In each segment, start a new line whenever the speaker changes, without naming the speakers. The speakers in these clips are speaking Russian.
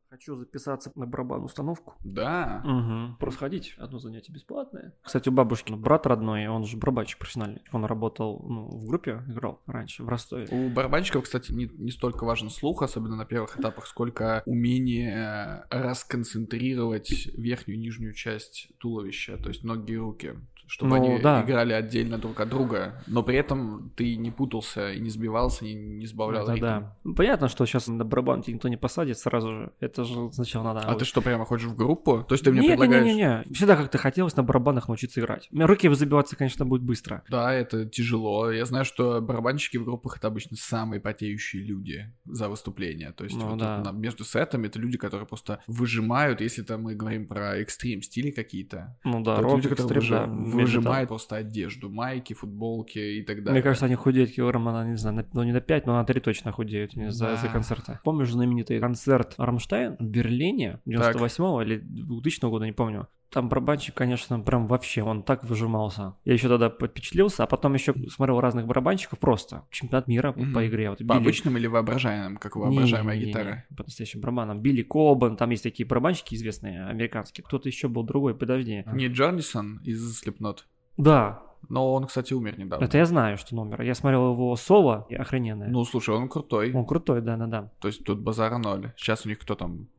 Хочу записаться на барабанную установку.
Да.
Угу. Просто ходить. Одно занятие бесплатное. Кстати, у бабушки брат родной, он же барабанщик профессиональный. Он работал в группе, играл раньше в Ростове.
У барабанщиков, кстати, не столько важен слух, особенно на первых этапах, сколько умение расконцентрировать верхнюю и нижнюю часть туловища, то есть ноги и руки, чтобы они играли отдельно друг от друга, но при этом ты не путался и не сбивался, не сбавлял ритм.
Да. Понятно, что сейчас на барабан никто не посадит сразу же. Это же сначала надо...
А ты что, прямо хочешь в группу? То есть ты мне предлагаешь...
Не. Всегда как-то хотелось на барабанах научиться играть. У меня руки забиваться, конечно, будет быстро.
Да, это тяжело. Я знаю, что барабанщики в группах — это обычно самые потеющие люди за выступление. То есть между сетами это люди, которые просто выжимают, если там мы говорим про экстрим стили какие-то.
Рок,
люди, которые
экстрим,
выжимают просто одежду, майки, футболки и так далее.
Мне кажется, они худеют килограмма, не знаю, не на 5, но на 3 точно худеют за концерты. Помнишь знаменитый концерт Рамштайн в Берлине 98-го или 2000 года, не помню. Там барабанщик, конечно, прям вообще, он так выжимался. Я еще тогда впечатлился, а потом еще смотрел разных барабанщиков просто. Чемпионат мира по игре. Вот,
по обычным или воображаемым, как воображаемая гитара?
По настоящим барабанам. Билли Кобан, там есть такие барабанщики известные, американские. Кто-то еще был другой, подожди.
Не Джорнисон из Slipknot?
Да.
Но он, кстати, умер недавно.
Это я знаю, что он умер. Я смотрел его соло, и охрененное.
Ну, слушай, он крутой.
Он крутой, да.
То есть тут базара ноль. Сейчас у них кто там?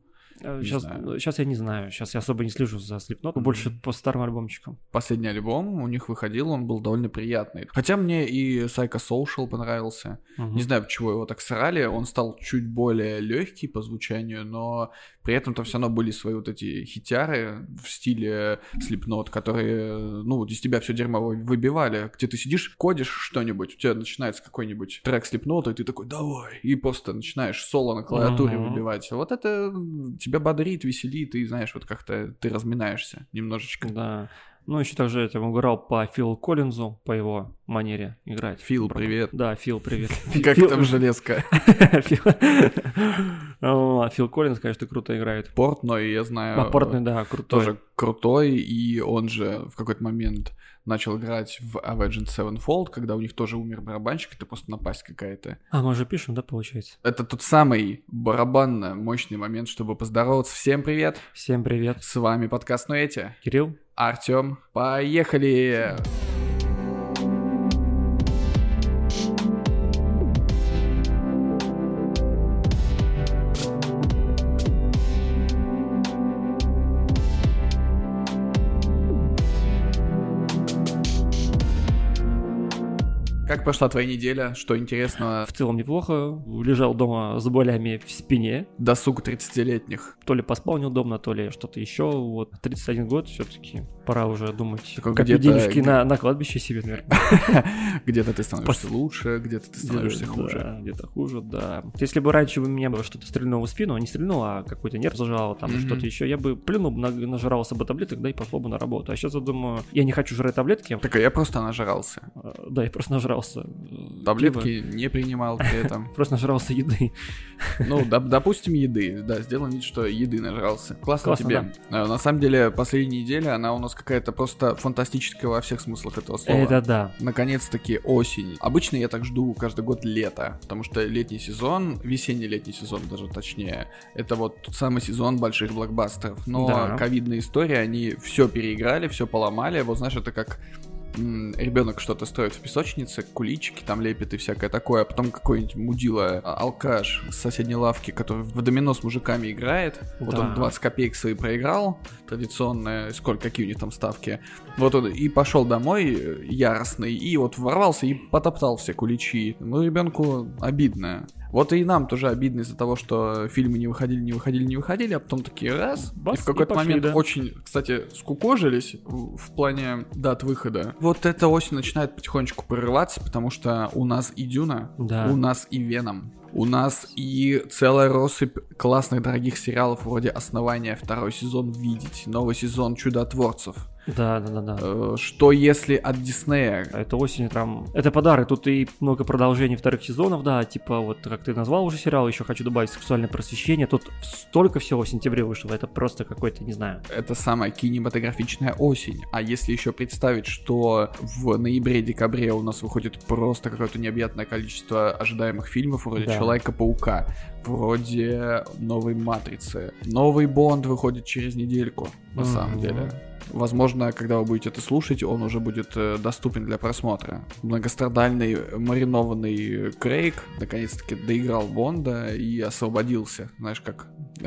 Сейчас я не знаю. Сейчас я особо не слежу за Slipknot, больше по старым альбомчикам.
Последний альбом у них выходил, он был довольно приятный. Хотя мне и Psychosocial понравился. Не знаю, почему его так срали. Он стал чуть более легкий по звучанию, но при этом там все равно были свои вот эти хитяры в стиле Slipknot, которые, из тебя все дерьмо выбивали. Где ты сидишь, кодишь что-нибудь, у тебя начинается какой-нибудь трек Slipknot, и ты такой, давай, и просто начинаешь соло на клавиатуре выбивать. Вот это тебя бодрит, веселит, и, знаешь, вот как-то ты разминаешься немножечко.
Да. Еще также я играл по Филу Коллинзу, по его манере играть.
Фил, привет.
Да, Фил, привет.
Как там железка?
Фил Коллинз, конечно, круто играет.
Портной, я знаю.
Портной, да, крутой.
Тоже крутой, и он же в какой-то момент начал играть в Avenged Sevenfold, когда у них тоже умер барабанщик, это просто напасть какая-то.
Мы уже пишем, да, получается?
Это тот самый барабанно мощный момент, чтобы поздороваться. Всем привет!
Всем привет!
С вами подкаст Нуэти.
Кирилл.
Артём. Поехали! Как прошла твоя неделя? Что интересного?
В целом неплохо. Лежал дома с болями в спине.
Досуг 30-летних.
То ли поспал неудобно, то ли что-то еще. Вот 31 год все-таки. Пора уже думать,
копить
денежки на кладбище себе, наверное.
Где-то ты становишься лучше, где-то ты становишься хуже.
Да, где-то хуже, да. Если бы раньше у меня было что-то стрельнуло в спину, не стрельнуло, а какой-то нерв зажал, там что-то еще, я бы плюнул, нажрался бы таблеток, да и пошел бы на работу. А сейчас я думаю, я не хочу жрать таблетки.
Так, а я просто нажрался.
Да, я просто нажрался.
Таблетки не принимал при этом.
Просто нажрался еды.
Допустим, еды. Да, сделаем вид, что еды нажрался. Классно тебе. Да. На самом деле, последняя неделя, она у нас какая-то просто фантастическая во всех смыслах этого слова.
Это да.
Наконец-таки осень. Обычно я так жду каждый год лето, потому что летний сезон, весенний-летний сезон даже точнее, это вот тот самый сезон больших блокбастеров. Но ковидные истории, они все переиграли, все поломали. Вот знаешь, это как... ребенок что-то строит в песочнице, куличики там лепит и всякое такое, а потом какой-нибудь мудила, алкаш с соседней лавки, который в домино с мужиками играет, вот он 20 копеек свои проиграл, традиционные, какие у них там ставки, вот он и пошел домой яростный, и вот ворвался и потоптал все куличи. Ребенку обидно. Вот и нам тоже обидно из-за того, что фильмы не выходили, а потом такие раз, и в какой-то момент очень, кстати, скукожились в плане дат выхода. Вот эта осень начинает потихонечку прорываться, потому что у нас и Дюна, у нас и Веном, у нас и целая россыпь классных дорогих сериалов вроде «Основания», второй сезон «Видеть», новый сезон «Чудотворцев».
Да.
Что если от Диснея?
Это осень, там... Это подарок, тут и много продолжений вторых сезонов, да, типа вот, как ты назвал уже сериал, еще хочу добавить «Сексуальное просвещение», тут столько всего в сентябре вышло, это просто какой-то, не знаю.
Это самая кинематографичная осень, а если еще представить, что в ноябре-декабре у нас выходит просто какое-то необъятное количество ожидаемых фильмов, вроде Человека-паука, вроде новой Матрицы. Новый Бонд выходит через недельку, на самом деле. Возможно, когда вы будете это слушать, он уже будет доступен для просмотра. Многострадальный маринованный Крейг наконец-таки доиграл Бонда и освободился. Знаешь, как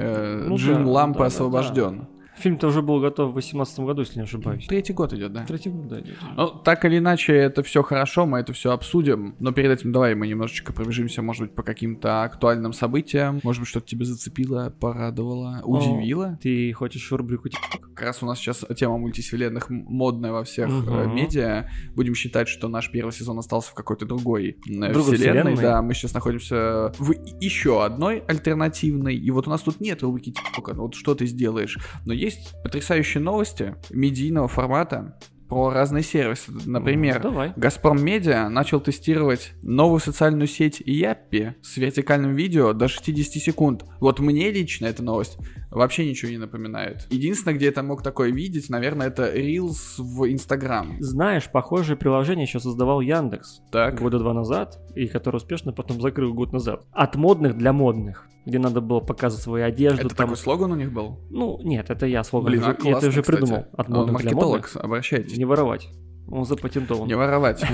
Джин Лампа освобожден.
Фильм-то уже был готов в 2018 году, если не ошибаюсь.
3-й год идет, да?
3-й год, да, идет.
Ну, так или иначе, это все хорошо, мы это все обсудим. Но перед этим давай мы немножечко пробежимся, может быть, по каким-то актуальным событиям. Может быть, что-то тебя зацепило, порадовало, удивило.
Ты хочешь рубрику TikTok?
Как раз у нас сейчас тема мультивселенных модная во всех медиа. Будем считать, что наш первый сезон остался в какой-то другой вселенной. Да, мы сейчас находимся в еще одной альтернативной. И вот у нас тут нет рубрики TikTok. Вот что ты сделаешь? Но есть потрясающие новости медийного формата про разные сервисы. Например, Газпром Медиа начал тестировать новую социальную сеть Яппи с вертикальным видео до 60 секунд. Вот мне лично эта новость вообще ничего не напоминает. Единственное, где я мог такое видеть, наверное, это Reels в Instagram.
Знаешь, похожее приложение еще создавал Яндекс года 2 назад, и который успешно потом закрыл год назад. От модных для модных, где надо было показывать свою одежду.
Это такой слоган у них был?
Ну, нет, это я слоган.
Блин,
классно, я это уже придумал. От модных для модных.
Обращайтесь.
Не воровать. Он запатентован.
Не воровать.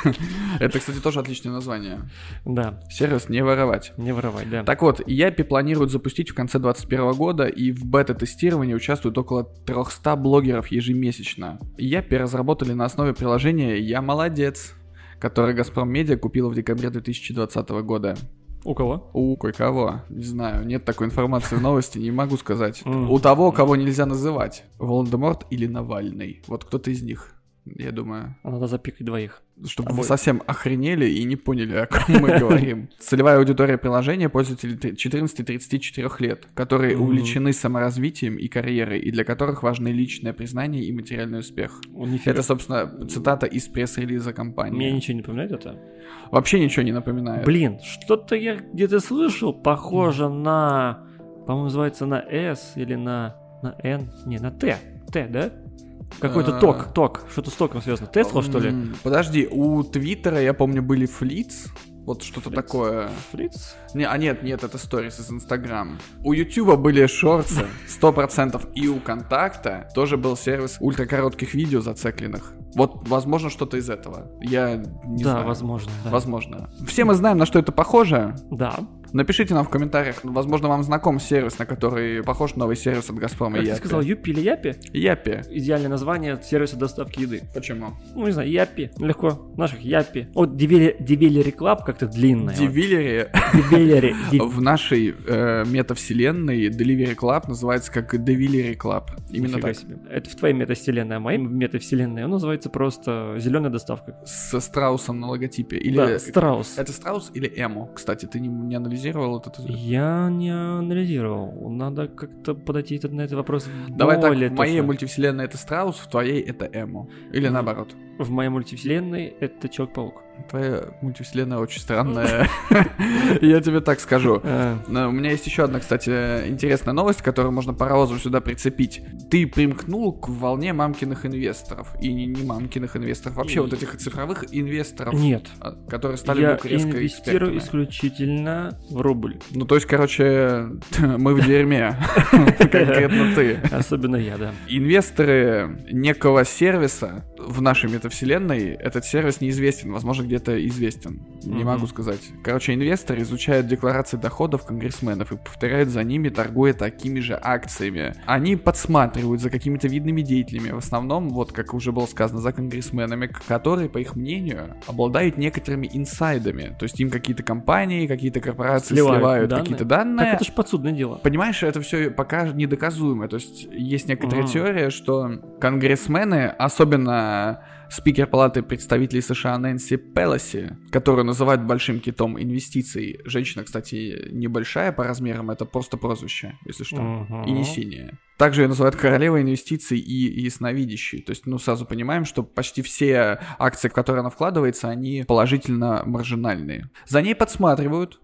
Это, кстати, тоже отличное название.
Да.
Сервис «Не воровать».
Не воровать, да.
Так вот, Яппи планируют запустить в конце 2021 года, и в бета-тестировании участвуют около 300 блогеров ежемесячно. Яппи разработали на основе приложения «Я молодец», которое Газпром Медиа купила в декабре 2020 года.
У кого?
У кое-кого. Не знаю, нет такой информации в новости, не могу сказать. У того, кого нельзя называть. Волан-де-Морт или Навальный. Вот кто-то из них, я думаю.
Надо запикать двоих.
Чтобы вы совсем охренели и не поняли, о ком мы говорим. Целевая аудитория приложения — пользователи 14-34 лет, которые увлечены саморазвитием и карьерой, и для которых важны личное признание и материальный успех. Это, собственно, цитата из пресс-релиза компании.
Мне ничего не напоминает это?
Вообще ничего не напоминает.
Блин, что-то я где-то слышал, похоже на... По-моему, называется на S или на N. Не, на T. T, да? Какой-то ток, что-то с током связано. Тесла, что ли?
Подожди, у Твиттера, я помню, были флиц, вот что-то такое.
Флиц?
Нет, это сторис из Инстаграм. У Ютуба были шортсы, 100%, и у Контакта тоже был сервис ультракоротких видео зацикленных. Вот, возможно, что-то из этого. Я не знаю.
Да, возможно.
Возможно. Все мы знаем, на что это похоже.
Да.
Напишите нам в комментариях, возможно, вам знаком сервис, на который похож новый сервис от Газпрома.
Как ты сказал, Юппи или Яппи?
Яппи.
Идеальное название сервиса доставки еды.
Почему?
Ну, не знаю, Яппи. Легко. Наших Яппи. Вот Девелери Club как-то длинное.
Девелери. В нашей метавселенной Delivery Club называется как Девелери Club. Именно так.
Это в твоей метавселенной, а моей метавселенной он называется просто зеленая доставка.
Со страусом на логотипе.
Да, страус.
Это страус или эмо? Кстати, ты не анализировал вот это?
Я не анализировал. Надо как-то подойти на этот вопрос.
Давай так, в моей мультивселенной это страус, в твоей это эмо. Или наоборот.
В моей мультивселенной это Человек-паук.
Твоя мультивселенная очень странная. Я тебе так скажу. У меня есть еще одна, кстати, интересная новость, которую можно паровозом сюда прицепить. Ты примкнул к волне мамкиных инвесторов. И не мамкиных инвесторов, вообще вот этих цифровых инвесторов.
Нет.
Которые стали вдруг резко экспертами.
Я инвестирую исключительно в рубль.
Ну, то есть, короче, мы в дерьме. Конкретно ты.
Особенно я, да.
Инвесторы некого сервиса в нашей метавселенной, этот сервис неизвестен, возможно, где-то известен, не могу сказать. Короче, инвесторы изучают декларации доходов конгрессменов и повторяют за ними, торгуя такими же акциями. Они подсматривают за какими-то видными деятелями, в основном, вот как уже было сказано, за конгрессменами, которые, по их мнению, обладают некоторыми инсайдами. То есть им какие-то компании, какие-то корпорации сливают какие-то данные.
Так это же подсудное дело.
Понимаешь, это все пока недоказуемо. То есть есть некоторая теория, что конгрессмены, особенно спикер Палаты представителей США Нэнси Пелоси, которую называют большим китом инвестиций. Женщина, кстати, небольшая по размерам, это просто прозвище, если что, и не синяя. Также ее называют королевой инвестиций и ясновидящей. То есть, сразу понимаем, что почти все акции, в которые она вкладывается, они положительно маржинальные. За ней подсматривают,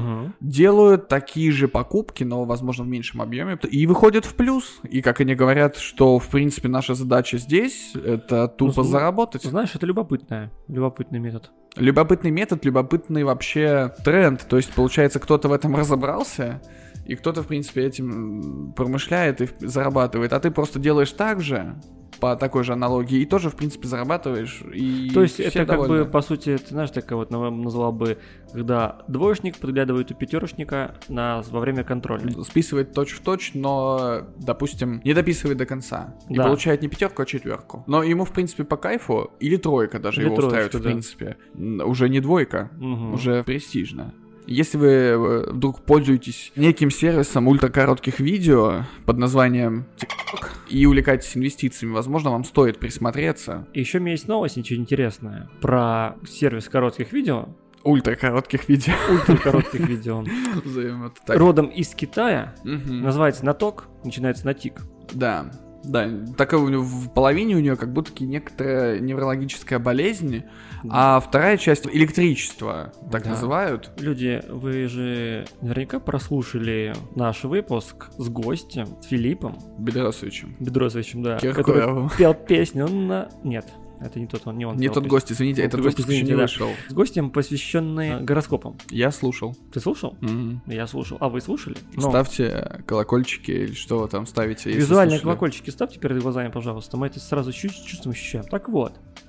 делают такие же покупки, но, возможно, в меньшем объеме, и выходят в плюс. И, как они говорят, что, в принципе, наша задача здесь — это тупо заработать.
Знаешь, это любопытный метод.
Любопытный метод, любопытный вообще тренд. То есть, получается, кто-то в этом разобрался, и кто-то, в принципе, этим промышляет и зарабатывает. А ты просто делаешь так же, по такой же аналогии, и тоже, в принципе, зарабатываешь. И
то есть это
довольны.
как бы, по сути, ты знаешь, такая вот назвал бы, когда двоечник подглядывает у пятерочника во время контроля.
Списывает точь-в-точь, но, допустим, не дописывает до конца. И получает не 5, а 4. Но ему, в принципе, по кайфу, или 3 даже или его устраивает, в принципе. Уже не 2, уже престижно. Если вы вдруг пользуетесь неким сервисом ультракоротких видео под названием TikTok и увлекаетесь инвестициями, возможно, вам стоит присмотреться.
И еще у меня есть новость, ничего интересное, про сервис коротких видео.
Ультракоротких видео.
Ультракоротких видео.
Назовем это так.
Родом из Китая, называется Наток, начинается на тик.
Да. Да, так в половине у нее как будто некоторая неврологическая болезнь, а вторая часть электричество, так называют.
Люди, вы же наверняка прослушали наш выпуск с гостем, с Филиппом Бедросовичем, да.
Киркоровым.
Который пел песню на... Нет. Это не тот, не он.
Не тот гость, извините, этот гость еще не вышел.
С гостем, посвященный гороскопам.
Я слушал.
Ты слушал? Я слушал. А вы слушали?
Ставьте колокольчики или что вы там ставите.
Визуальные колокольчики ставьте перед глазами, пожалуйста. Мы это сразу чувствуем, ощущаем. Так вот.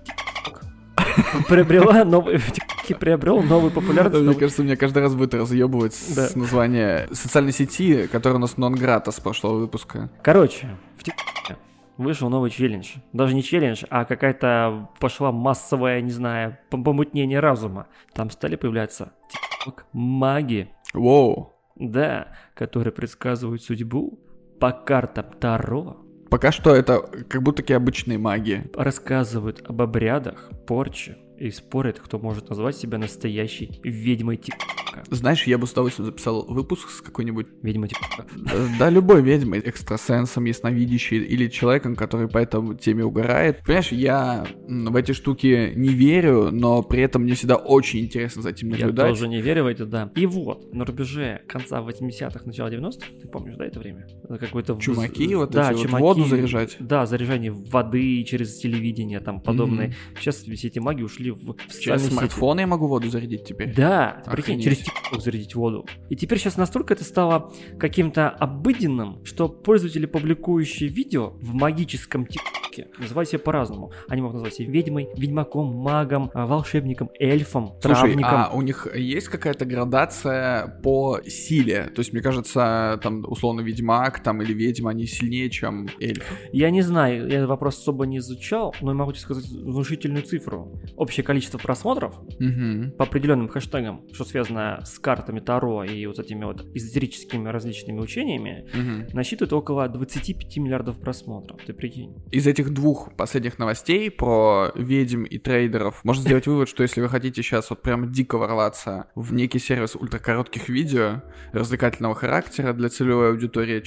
Приобрел новую популярность.
Мне кажется, меня каждый раз будет разъебывать с названия социальной сети, которая у нас non-grata с прошлого выпуска.
Короче, в ТикТоке вышел новый челлендж. Даже не челлендж, а какая-то пошла массовая, не знаю, помутнение разума. Там стали появляться маги.
Воу.
Да, которые предсказывают судьбу по картам Таро.
Пока что это как будто такие обычные маги.
Рассказывают об обрядах, порче и спорят, кто может назвать себя настоящей ведьмой ТикТока.
Знаешь, я бы с удовольствием записал выпуск с какой-нибудь...
Ведьмой ТикТока.
Да, любой ведьмой, экстрасенсом, ясновидящей или человеком, который по этой теме угорает. Понимаешь, я в эти штуки не верю, но при этом мне всегда очень интересно за этим наблюдать.
Я тоже не верю в это, да. И вот, на рубеже конца 80-х, начала 90-х, ты помнишь, да, это время? Какой-то...
Чумаки, вот
да,
эти
чумаки,
вот воду заряжать.
Да, заряжание воды через телевидение, там, подобные. Сейчас все эти маги ушли в
через смартфон я могу воду зарядить теперь?
Да, прикинь, через TikTok зарядить воду. И теперь сейчас настолько это стало каким-то обыденным, что пользователи, публикующие видео в магическом ТикТоке, называют себя по-разному. Они могут назвать себя ведьмой, ведьмаком, магом, волшебником, эльфом, травником.
А у них есть какая-то градация по силе? То есть, мне кажется, там, условно, ведьмак там, или ведьма, они сильнее, чем эльф.
Я не знаю, я вопрос особо не изучал, но я могу тебе сказать внушительную цифру. Общее количество просмотров по определенным хэштегам, что связано с картами Таро и вот этими вот эзотерическими различными учениями, насчитывает около 25 миллиардов просмотров. Ты прикинь.
Из этих двух последних новостей про ведьм и трейдеров можно сделать вывод, что если вы хотите сейчас вот прям дико ворваться в некий сервис ультракоротких видео развлекательного характера для целевой аудитории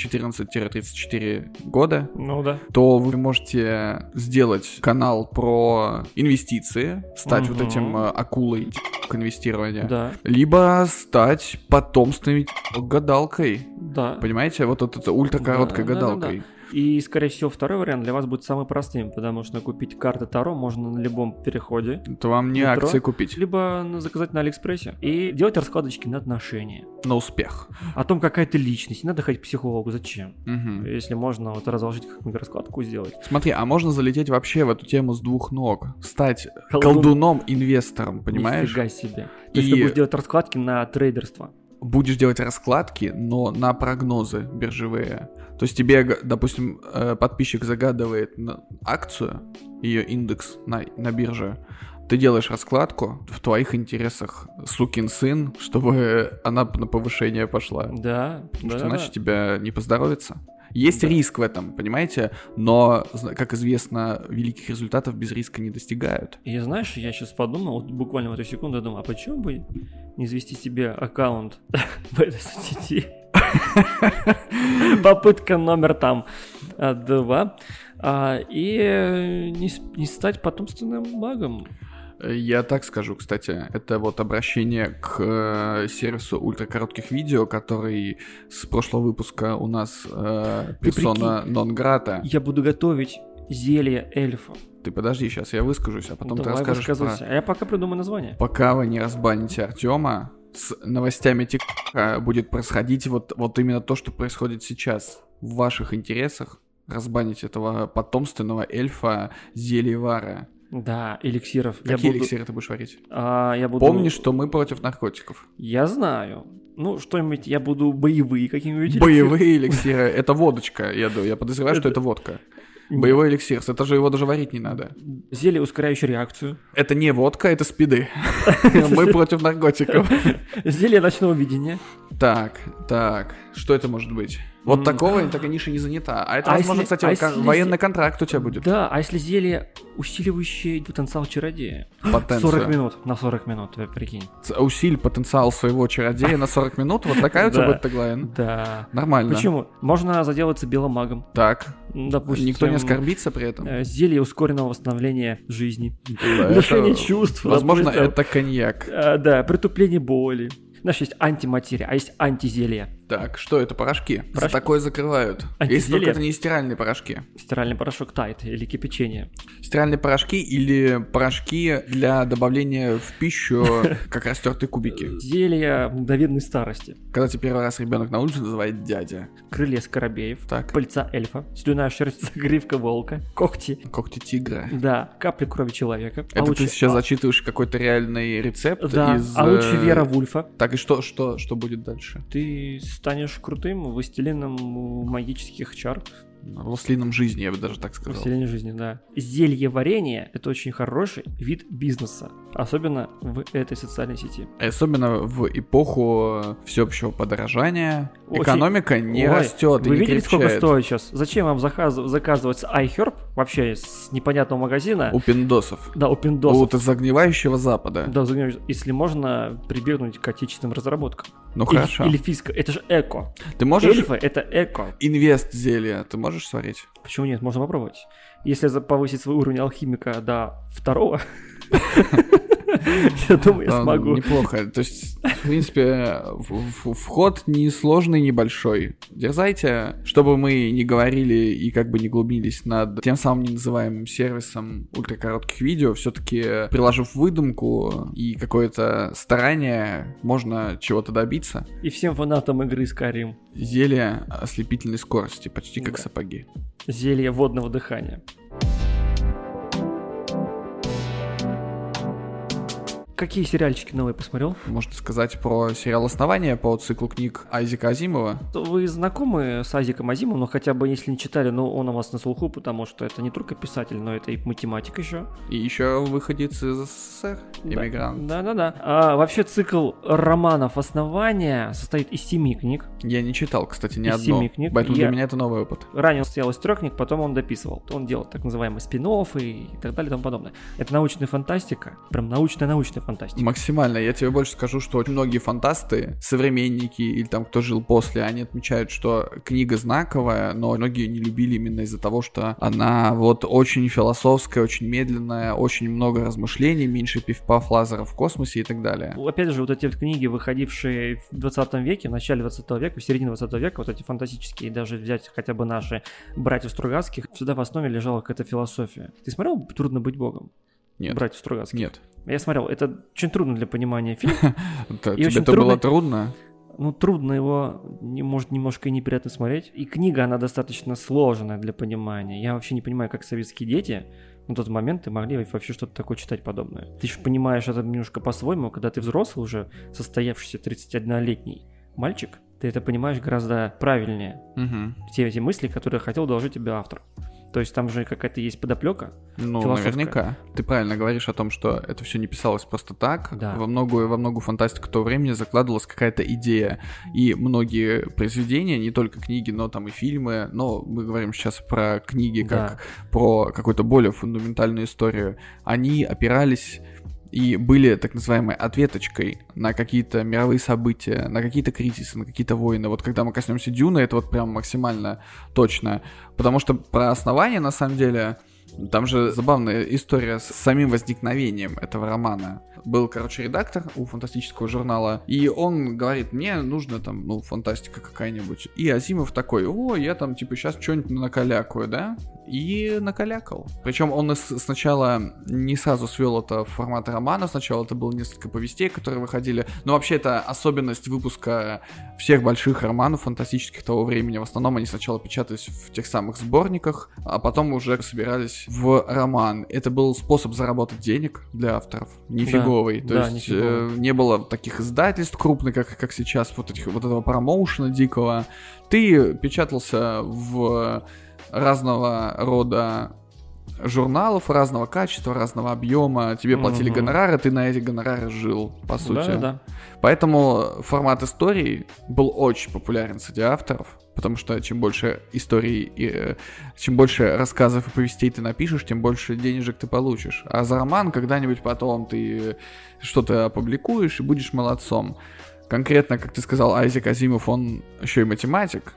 14-34 года, то вы можете сделать канал про инвестиции, стать вот этим акулой инвестирования, либо стать потомственной гадалкой.
Да.
Понимаете? Вот это ультракороткой гадалкой.
Да. И, скорее всего, второй вариант для вас будет самый простым, потому что купить карты Таро можно на любом переходе.
Это вам не метро, акции купить.
Либо заказать на Алиэкспрессе и делать раскладочки на отношения.
На успех.
О том, какая ты личность. Не надо ходить к психологу. Зачем? Если можно вот разложить какую-нибудь раскладку сделать.
Смотри, а можно залететь вообще в эту тему с двух ног. Стать колдуном-инвестором, понимаешь?
Нифига себе. То есть ты будешь делать раскладки на трейдерство.
Будешь делать раскладки, но на прогнозы биржевые. То есть тебе, допустим, подписчик загадывает акцию, ее индекс на бирже. Ты делаешь раскладку, в твоих интересах, сукин сын, чтобы она на повышение пошла.
Да.
Потому что иначе тебя не поздоровится. Есть риск в этом, понимаете? Но, как известно, великих результатов без риска не достигают.
И знаешь, я сейчас подумал, вот буквально в эту секунду я думаю, а почему бы не завести себе аккаунт в этой соцсети? Попытка номер там 2. И не стать потомственным магом.
Я так скажу, кстати, это вот обращение к сервису ультракоротких видео, который с прошлого выпуска у нас персона non grata.
Я буду готовить Зелье эльфа.
Ты подожди, сейчас я выскажусь, а потом ты расскажешь
про... А я пока придумаю название.
Пока вы не разбаните Артема, с новостями ТикТока будет происходить вот именно то, что происходит сейчас. В ваших интересах разбанить этого потомственного эльфа Зельевара.
Да, эликсиров.
Какие эликсиры ты будешь варить?
Я буду...
Помни, что мы против наркотиков.
Я знаю. Ну, что-нибудь я буду боевые какие-нибудь.
Боевые эликсиры. Это водочка, я подозреваю, что это водка. Боевой эликсир, это же его даже варить не надо.
Зелье, ускоряющее реакцию.
Это не водка, это спиды. Мы против наркотиков.
Зелье ночного видения.
Так, что это может быть? Вот такого эта ниша не занята. А это, возможно, кстати, военный контракт у тебя будет.
Да, а если зелье, усиливающее потенциал чародея?
Потенцию.
40 минут, на 40 минут, прикинь.
Усиль потенциал своего чародея на 40 минут? Вот такая у тебя будет теглайн?
Да.
Нормально.
Почему? Можно заделаться белым магом.
Так.
Допустим,
никто не оскорбится при этом?
Зелье ускоренного восстановления жизни. Лишение чувств.
Возможно, это коньяк.
Да, притупление боли. Знаешь, есть антиматерия, а есть антизелье.
Так, что это? Порошки? За такое закрывают. Если только это не стиральные порошки.
Стиральный порошок тайт или кипячение.
Стиральные порошки или порошки для добавления в пищу, как растертые кубики.
Зелье мгновенной старости.
Когда тебе первый раз ребенок на улице называет дядя.
Крылья скоробеев.
Так.
Пыльца эльфа. Слюная шерсть загривка волка. Когти.
Когти тигра.
Да. Капли крови человека.
Это ты сейчас зачитываешь какой-то реальный рецепт из...
а лучше Вера Вульфа.
Так, и что будет дальше?
Ты станешь крутым властелином магических чар.
Властелином жизни, я бы даже так сказал.
Властелином жизни, да. Зелье варенье — это очень хороший вид бизнеса. Особенно в этой социальной сети.
Особенно в эпоху всеобщего подорожания. Экономика не растет и
вы
не
видели,
крепчает.
сколько стоит сейчас? Зачем вам заказывать iHerb вообще с непонятного магазина?
У пиндосов.
Да, у пиндосов.
У загнивающего Запада.
Да, если можно прибегнуть к отечественным разработкам.
Ну хорошо.
Или фиска. Это же эко.
Ты можешь...
Эльфы — это эко.
Инвест зелья ты можешь сварить?
Почему нет? Можно попробовать. Если повысить свой уровень алхимика до 2, я думаю, я смогу.
Неплохо. То есть, в принципе, вход несложный, небольшой. Дерзайте, чтобы мы не говорили и как бы не глубились над тем самым неназываемым сервисом ультракоротких видео, все-таки приложив выдумку и какое-то старание, можно чего-то добиться.
И всем фанатам игры Skyrim.
Зелье ослепительной скорости, почти как сапоги.
Зелье водного дыхания. Какие сериальчики новые посмотрел?
Можно сказать про сериал «Основание» по циклу книг Айзека Азимова.
Вы знакомы с Айзеком Азимовым, но хотя бы если не читали, но он у вас на слуху, потому что это не только писатель, но это и математик еще.
И еще выходец из СССР, иммигрант.
Да. Вообще цикл романов «Основание» состоит из 7 книг.
Я не читал, кстати, ни
из
одну,
7 книг.
Поэтому для меня это новый опыт.
Ранее он состоял из 3 книг, потом он дописывал. Он делал так называемые спин-оффы и так далее и тому подобное. Это научная фантастика, прям научная фантастика.
Максимально. Я тебе больше скажу, что очень многие фантасты, современники или там кто жил после, они отмечают, что книга знаковая, но многие не любили именно из-за того, что она вот очень философская, очень медленная, очень много размышлений, меньше пиф-паф лазеров в космосе и так далее.
Опять же, вот эти вот книги, выходившие в 20 веке, в начале 20 века, в середине 20 века, вот эти фантастические, даже взять хотя бы наши братьев Стругацких, всегда в основе лежала какая-то философия. Ты смотрел «Трудно быть богом»?
Нет.
Братьев Стругацких?
Нет.
Я смотрел, это очень трудно для понимания фильм.
Тебе это было трудно?
Ну, трудно его, может, немножко и неприятно смотреть. И книга, она достаточно сложная для понимания. Я вообще не понимаю, как советские дети на тот момент могли вообще что-то такое читать подобное. Ты же понимаешь это немножко по-своему, когда ты взрослый уже, состоявшийся 31-летний мальчик, ты это понимаешь гораздо правильнее. Все эти мысли, которые хотел доложить тебе автор. То есть там же какая-то есть подоплека.
Ну, наверняка. Ты правильно говоришь о том, что это все не писалось просто так.
Да.
Во многую фантастику того времени закладывалась какая-то идея. И многие произведения, не только книги, но там и фильмы, но мы говорим сейчас про книги как про какую-то более фундаментальную историю, они опирались и были так называемой ответочкой на какие-то мировые события, на какие-то кризисы, на какие-то войны. Вот когда мы коснемся Дюны, это вот прям максимально точно. Потому что про основание, на самом деле, Там же забавная история с самим возникновением этого романа. Был, редактор у фантастического журнала, и он говорит, мне нужно там, фантастика какая-нибудь. И Азимов такой, я там, сейчас что-нибудь накалякаю, да? И накалякал. Причем он сначала не сразу свел это в формат романа, сначала это было несколько повестей, которые выходили. Но вообще это особенность выпуска всех больших романов фантастических того времени. В основном они сначала печатались в тех самых сборниках, а потом уже собирались в роман. Это был способ заработать денег для авторов. Нифиговый. То есть не было таких издательств крупных, как сейчас, вот этого промоушена дикого. Ты печатался в разного рода журналов, разного качества, разного объема. Тебе платили гонорары, ты на эти гонорары жил, по сути.
Да.
Поэтому формат историй был очень популярен среди авторов. Потому что чем больше историй, чем больше рассказов и повестей ты напишешь, тем больше денежек ты получишь. А за роман когда-нибудь потом ты что-то опубликуешь и будешь молодцом. Конкретно, как ты сказал, Айзек Азимов, он еще и математик.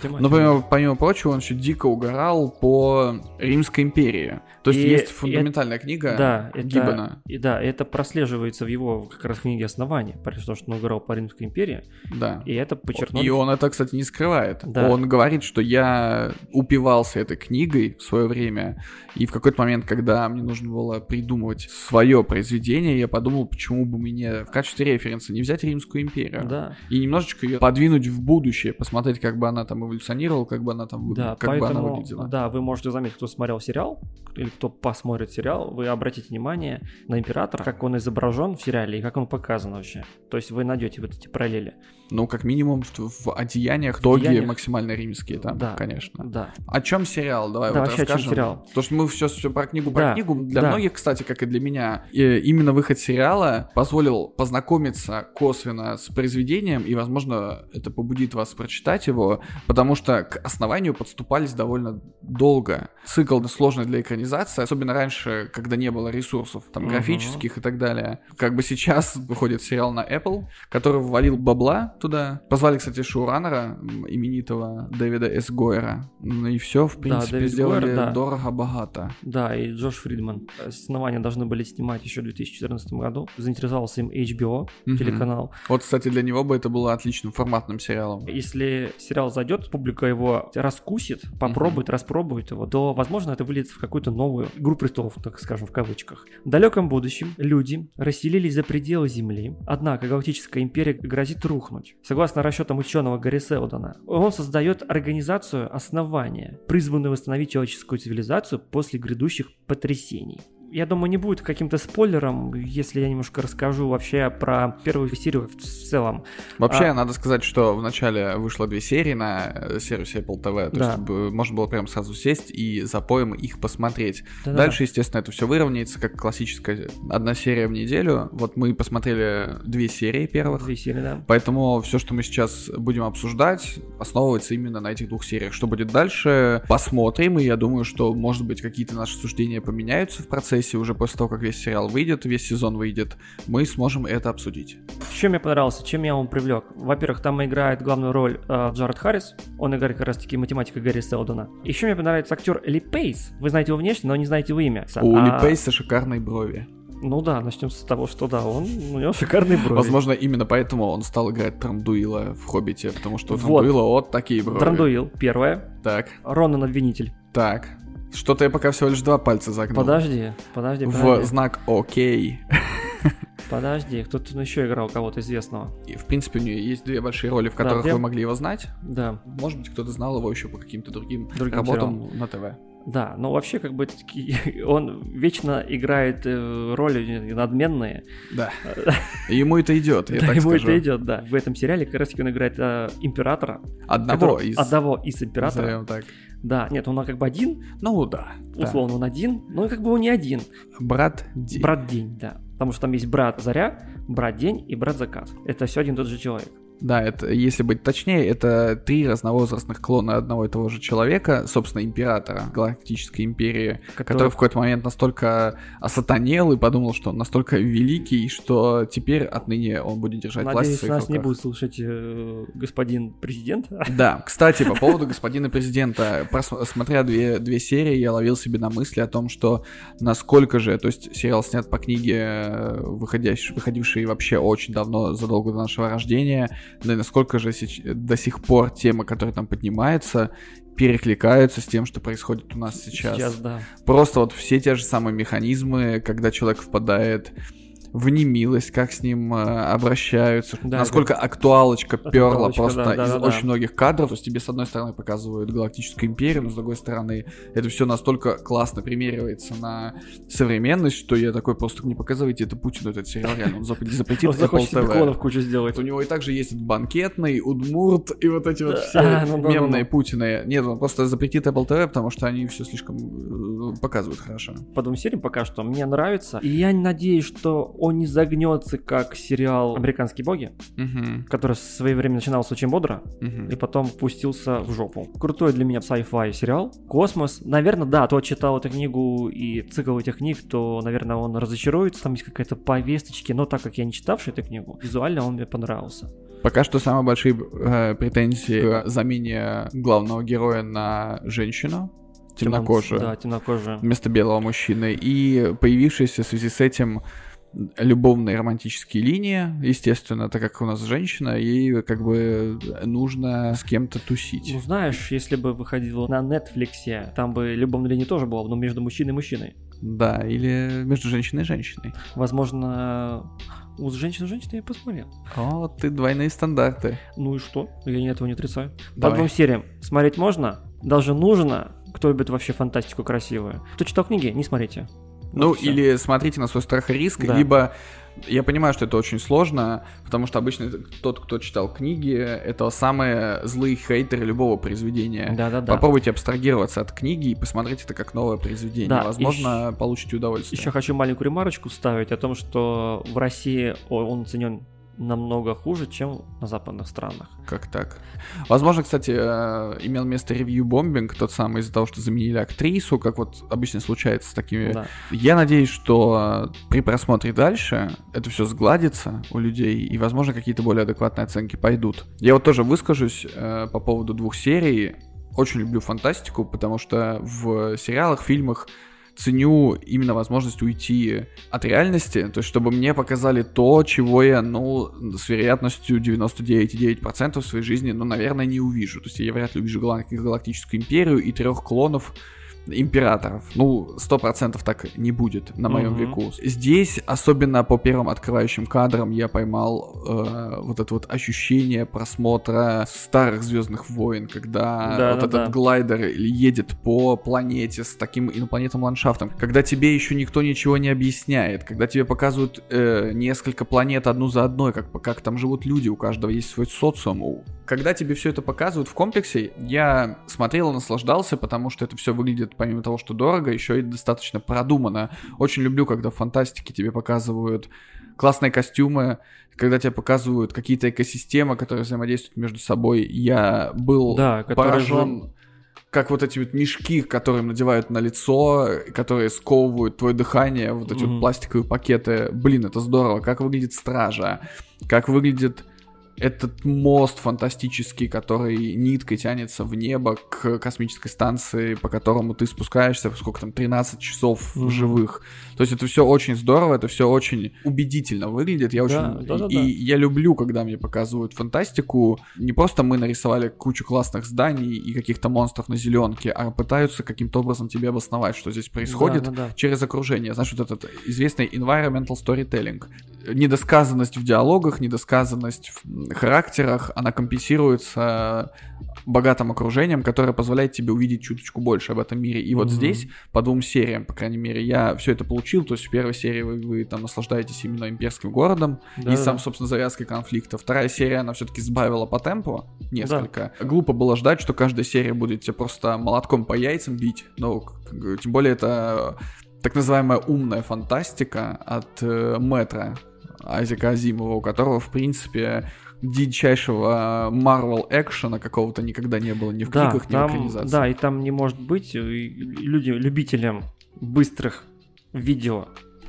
Но помимо прочего, он еще дико угорал по Римской империи. То есть есть фундаментальная книга Гиббона.
Это прослеживается в его как раз книге «Основания», потому что он угорал по Римской империи.
Да.
И это подчеркнул.
И он это, кстати, не скрывает.
Да.
Он говорит, что я упивался этой книгой в свое время, и в какой-то момент, когда мне нужно было придумывать свое произведение, я подумал, почему бы мне в качестве референса не взять Римскую империю.
Да.
И немножечко ее подвинуть в будущее, посмотреть, как бы она там эволюционировала, как бы она там бы она выглядела.
Да, вы можете заметить, кто смотрел сериал, или кто посмотрит сериал, вы обратите внимание на императора, как он изображен в сериале и как он показан вообще. То есть вы найдете вот эти параллели.
Как минимум в одеяниях тоги максимально римские там,
да,
конечно.
Да.
О чем сериал? Давай
вообще
расскажем.
О чем сериал?
Потому что мы все про книгу. Для многих, кстати, как и для меня, именно выход сериала позволил познакомиться косвенно с произведением, и, возможно, это побудит вас прочитать его, потому что к основанию подступались довольно долго. Цикл сложный для экранизации, особенно раньше, когда не было ресурсов, там, графических и так далее. Как бы сейчас выходит сериал на Apple, который ввалил бабла туда. Позвали, кстати, шоураннера именитого Дэвида С. Гойера. И все, в принципе, сделали дорого-богато.
Да, и Джош Фридман. «Основания» должны были снимать еще в 2014 году. Заинтересовался им HBO, телеканал.
Вот, кстати, для него бы это было отличным форматным сериалом.
Если сериал зайдет, публика его раскусит, попробует, распробует его, то, возможно, это выльется в какую-то новую «Игру престолов», так скажем, в кавычках. В далеком будущем люди расселились за пределы Земли, однако галактическая империя грозит рухнуть. Согласно расчетам ученого Гарри Селдона, он создает организацию «Основания», призванную восстановить человеческую цивилизацию после грядущих потрясений. Я думаю, не будет каким-то спойлером, если я немножко расскажу вообще про первую серию в целом.
Вообще, надо сказать, что вначале вышло 2 серии на сервисе Apple TV, то есть можно было прям сразу сесть и запоем их посмотреть. Дальше, естественно, это все выровняется, как классическая 1 серия в неделю. Вот мы посмотрели 2 серии первых.
2 серии, да.
Поэтому все, что мы сейчас будем обсуждать, основывается именно на этих 2 сериях. Что будет дальше, посмотрим, и я думаю, что, может быть, какие-то наши суждения поменяются в процессе. Уже после того, как весь сериал выйдет, весь сезон выйдет, мы сможем это обсудить.
Чем мне понравился, чем я его привлек? Во-первых, там играет главную роль Джаред Харрис, он играет как раз-таки математика Гарри Селдона. Еще мне понравится актер Ли Пейс. Вы знаете его внешне, но не знаете его имя.
У Ли Пейса шикарные брови.
Ну да, начнем с того, что да, у него шикарные брови.
Возможно, именно поэтому он стал играть Трандуила в «Хоббите», потому что у Трандуила вот такие брови.
Трандуил, первое.
Так.
Ронан Обвинитель.
Так. Что-то я пока всего лишь 2 пальца загнул.
Подожди.
В знак «Окей».
Подожди, кто-то еще играл кого-то известного.
И, в принципе, у него есть 2 большие роли, в которых вы могли его знать.
Да.
Может быть, кто-то знал его еще по каким-то другим работам на ТВ.
Да, но вообще как бы он вечно играет роли надменные.
Да. Ему это идет, я так скажу.
Ему это идет, да. В этом сериале как раз таки он играет императора.
Одного из
императора.
Назовем так.
Да, нет, он как бы один.
Ну да.
Условно он один, но как бы он не один.
Брат День.
Брат День, да. Потому что там есть брат Заря, брат День и брат Закат. Это все один и тот же человек.
Да, это, если быть точнее, это 3 разновозрастных клона одного и того же человека, собственно, императора Галактической империи, который в какой-то момент настолько осатанел и подумал, что он настолько великий, что теперь отныне он будет держать власть в своих руках.
Надеюсь, нас не будет слушать господин президент.
Да, кстати, по поводу господина президента, смотря две серии, я ловил себе на мысли о том, что насколько же, то есть сериал снят по книге, выходившей вообще очень давно, задолго до нашего рождения, да и насколько же до сих пор темы, которые там поднимаются, перекликаются с тем, что происходит у нас сейчас.
Сейчас, да.
Просто вот все те же самые механизмы, когда человек впадает в немилость, как с ним обращаются, да, насколько актуалочка перла просто из очень многих кадров. То есть тебе с одной стороны показывают Галактическую империю, но с другой стороны это все настолько классно примеривается на современность, что я такой, просто не показывайте это Путину, этот сериал реально, он запретит Apple TV.
Кучу сделать.
У него и также есть банкетный, Удмурт и вот эти вот все мемные Путины. Нет, он просто запретит Apple TV, потому что они все слишком показывают хорошо.
По 2 сериям пока что мне нравится, и я надеюсь, что он не загнется, как сериал «Американские боги», который в свое время начинался очень бодро, и потом пустился в жопу. Крутой для меня sci-fi сериал. Космос. Наверное, да, кто читал эту книгу и цикл этих книг, то, наверное, он разочаруется. Там есть какая-то повесточка, но так как я не читавший эту книгу, визуально он мне понравился.
Пока что самые большие претензии к замене главного героя на женщину. Темнокожую.
Да, темнокожую.
Вместо белого мужчины. И появившиеся в связи с этим любовные романтические линии, естественно, так как у нас женщина, ей как бы нужно с кем-то тусить.
Ну, знаешь, если бы выходило на Netflix, там бы любовная линия тоже была, но между мужчиной и мужчиной.
Да, или между женщиной и женщиной.
Возможно, у женщины я посмотрел.
О, ты двойные стандарты.
Ну и что? Я этого не отрицаю. Давай. По 2 сериям смотреть можно, даже нужно. Кто любит вообще фантастику красивую. Кто читал книги, не смотрите.
Ну, или смотрите на свой страх и риск, да. Либо я понимаю, что это очень сложно, потому что обычно тот, кто читал книги, это самые злые хейтеры любого произведения.
Да.
Попробуйте абстрагироваться от книги и посмотреть это как новое произведение. Да, возможно, получите удовольствие.
Еще хочу маленькую ремарочку вставить о том, что в России он оценен намного хуже, чем на западных странах.
Как так? Возможно, кстати, имел место ревью-бомбинг, тот самый из-за того, что заменили актрису, как вот обычно случается с такими. Да. Я надеюсь, что при просмотре дальше это все сгладится у людей, и, возможно, какие-то более адекватные оценки пойдут. Я вот тоже выскажусь по поводу 2 серий. Очень люблю фантастику, потому что в сериалах, фильмах ценю именно возможность уйти от реальности, то есть чтобы мне показали то, чего я, с вероятностью 99,9% в своей жизни, наверное, не увижу. То есть я вряд ли увижу Галактическую империю и 3 клонов императоров. 100% так не будет на моем веку. Здесь, особенно по первым открывающим кадрам, я поймал вот это вот ощущение просмотра старых «Звездных войн», когда этот глайдер едет по планете с таким инопланетным ландшафтом, когда тебе еще никто ничего не объясняет, когда тебе показывают несколько планет одну за одной, как там живут люди, у каждого есть свой социум. Когда тебе все это показывают в комплексе, я смотрел и наслаждался, потому что это все выглядит, помимо того, что дорого, еще и достаточно продуманно. Очень люблю, когда в фантастике тебе показывают классные костюмы, когда тебе показывают какие-то экосистемы, которые взаимодействуют между собой. Я был поражен, как вот эти вот мешки, которые надевают на лицо, которые сковывают твое дыхание, вот эти вот пластиковые пакеты. Блин, это здорово. Как выглядит стража, как выглядит этот мост фантастический, который ниткой тянется в небо к космической станции, по которому ты спускаешься, сколько там, 13 часов живых. То есть это все очень здорово, это все очень убедительно выглядит. Я я люблю, когда мне показывают фантастику. Не просто мы нарисовали кучу классных зданий и каких-то монстров на зеленке, а пытаются каким-то образом тебе обосновать, что здесь происходит через окружение. Знаешь, вот этот известный environmental storytelling. Недосказанность в диалогах, недосказанность в характерах, она компенсируется богатым окружением, которое позволяет тебе увидеть чуточку больше об этом мире. И вот здесь, по 2 сериям, по крайней мере, я все это получил. То есть в первой серии вы там наслаждаетесь именно имперским городом и собственно, завязкой конфликта. 2 серия, она все-таки сбавила по темпу несколько. Да. Глупо было ждать, что каждая серия будет тебя просто молотком по яйцам бить. Тем более это так называемая умная фантастика от Мэтра Айзека Азимова, у которого, в принципе, дичайшего Marvel экшена какого-то никогда не было ни в книгах, ни в экранизации.
Да, и там не может быть любителям быстрых видео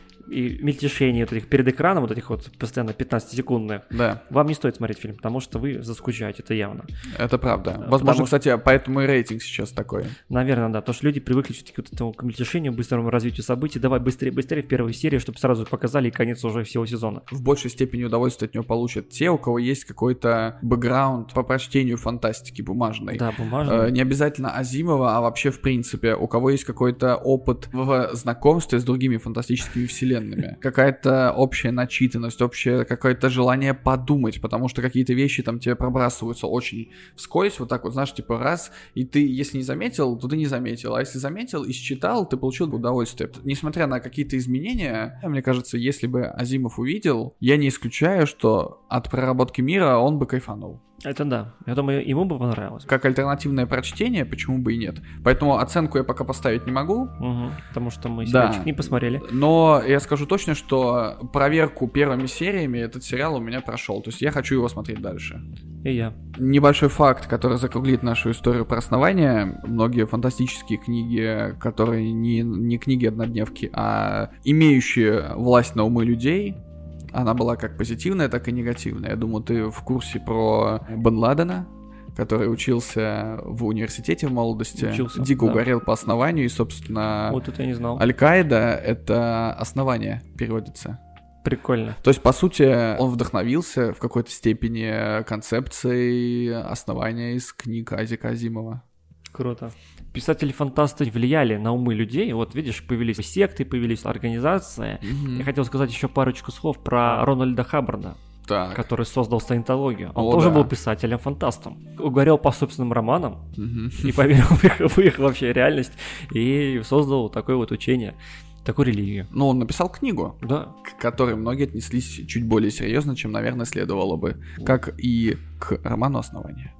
и мельтешений вот этих перед экраном, вот этих вот постоянно 15-секундных,
да.
Вам не стоит смотреть фильм, потому что вы заскучаете, это явно.
Это правда. Возможно, кстати, поэтому и рейтинг сейчас такой.
Наверное, да, потому что люди привыкли все-таки вот к этому к мельтешению, быстрому развитию событий, давай быстрее в первой серии, чтобы сразу показали и конец уже всего сезона.
В большей степени удовольствие от него получат те, у кого есть какой-то бэкграунд по прочтению фантастики бумажной.
Да, бумажной.
Не обязательно Азимова, а вообще в принципе, у кого есть какой-то опыт в знакомстве с другими фантастическими вселенными. Какая-то общая начитанность, общее какое-то желание подумать, потому что какие-то вещи там тебе пробрасываются очень вскользь, вот так вот, знаешь, типа раз, и ты, если не заметил, то ты не заметил, а если заметил и считал, ты получил удовольствие. Несмотря на какие-то изменения, мне кажется, если бы Азимов увидел, я не исключаю, что от проработки мира он бы кайфанул.
Это да. Я думаю, ему бы понравилось.
Как альтернативное прочтение, почему бы и нет. Поэтому оценку я пока поставить не могу.
Потому что мы сериальчик не посмотрели.
Но я скажу точно, что проверку первыми сериями этот сериал у меня прошел. То есть я хочу его смотреть дальше.
И я.
Небольшой факт, который закруглит нашу историю про основание. Многие фантастические книги, которые не книги-однодневки, а имеющие власть на умы людей, она была как позитивная, так и негативная. Я думаю, ты в курсе про Бен Ладена, который учился в университете в молодости. Дико угорел по основанию, и, собственно,
вот это я не знал.
Аль-Каида — это основание, переводится.
Прикольно.
То есть, по сути, он вдохновился в какой-то степени концепцией основания из книг Азика Азимова.
Круто. Писатели-фантасты влияли на умы людей. Вот видишь, появились секты, появились организации. Я хотел сказать еще парочку слов про Рональда Хаббарда, который создал саентологию. Он тоже был писателем-фантастом. Угорел по собственным романам и поверил в их вообще реальность и создал такое вот учение, такую религию.
Ну, он написал книгу, к которой многие отнеслись чуть более серьезно, чем, наверное, следовало бы. Как и к роману «Основание».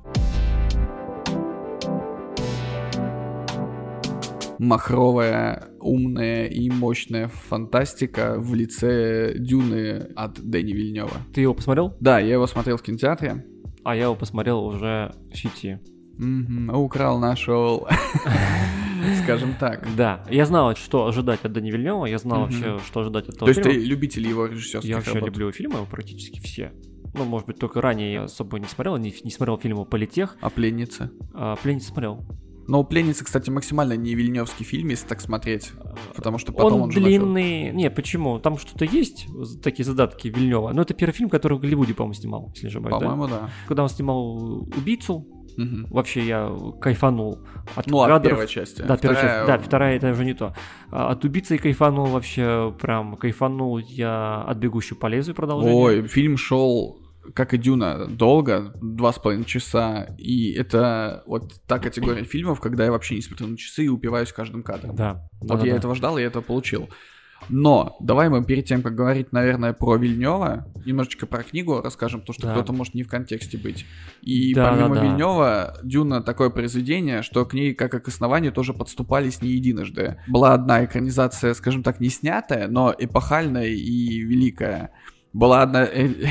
Махровая, умная и мощная фантастика в лице Дюны от Дэни Вильнёва.
Ты его посмотрел?
Да, я его смотрел в кинотеатре.
А я его посмотрел уже в сети.
Украл, нашел. Скажем так.
Да, я знал, что ожидать от Дэни Вильнёва, я знал вообще, что ожидать от этого
фильма. То есть ты любитель его режиссерских
работ? Я вообще люблю фильмы практически все. Ну, может быть, только ранее я особо не смотрел, не смотрел фильмы «Политех».
А «Пленница»?
«Пленница» смотрел.
Но «Пленница», кстати, максимально не вильнёвский фильм, если так смотреть, потому что потом он же
длинный. Не, почему? Там что-то есть, такие задатки Вильнёва. Но это первый фильм, который в Голливуде, по-моему, снимал, если не ошибаюсь.
По-моему, да.
Когда он снимал «Убийцу», вообще я кайфанул от
кадров. От первой части.
Да, первая часть. Да, вторая это уже не то. От «Убийцы» кайфанул вообще, прям кайфанул я от «Бегущего по лезвию» продолжение.
Ой, фильм шел, как и «Дюна», долго, 2,5 часа, и это вот та категория фильмов, когда я вообще не смотрю на часы и упиваюсь каждым кадром.
Да.
Вот я этого ждал, и это получил. Но давай мы перед тем, как говорить, наверное, про Вильнёва, немножечко про книгу расскажем, потому что кто-то может не в контексте быть. И помимо Вильнёва, «Дюна» такое произведение, что к ней, как и к основанию, тоже подступались не единожды. Была одна экранизация, скажем так, не снятая, но эпохальная и великая. Была одна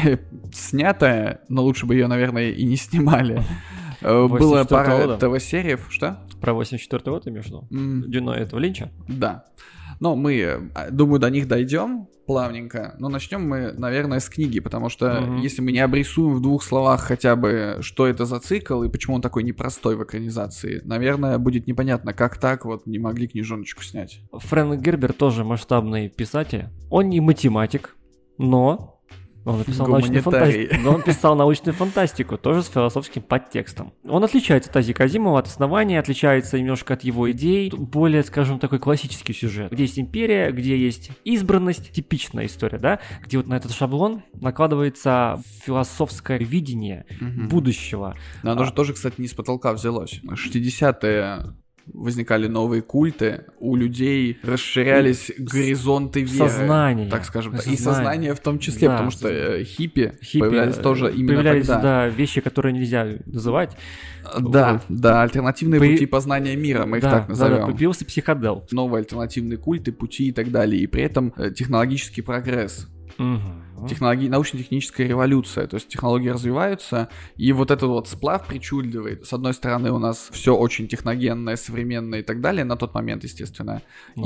снятая, но лучше бы ее, наверное, и не снимали. Было пара ТВ-серий. Что?
Про 84-й год имеешь в виду? Дюна этого Линча?
Да. Но мы, думаю, до них дойдем плавненько. Но начнем мы, наверное, с книги, потому что если мы не обрисуем в 2 словах хотя бы, что это за цикл и почему он такой непростой в экранизации, наверное, будет непонятно, как так вот не могли книжоночку снять.
Фрэнк Гербер тоже масштабный писатель. Он не математик, но он написал научную фантастику, тоже с философским подтекстом. Он отличается от Азика Азимова, от основания, отличается немножко от его идей. Более, скажем, такой классический сюжет. Где есть империя, где есть избранность, типичная история, да? Где вот на этот шаблон накладывается философское видение будущего.
Но оно же тоже, кстати, не с потолка взялось. 60-е возникали новые культы, у людей расширялись горизонты веры,
сознание,
так скажем, и сознание в том числе, потому что хиппи появлялись тоже именно
появлялись,
тогда.
Да, вещи, которые нельзя называть.
Да, да, альтернативные пути познания мира, мы их так назовем.
Да, появился психодел.
Новые альтернативные культы, пути и так далее, и при этом технологический прогресс. научно-техническая революция, то есть технологии развиваются, и вот этот вот сплав причудливый. С одной стороны, у нас все очень техногенное, современное и так далее, на тот момент, естественно,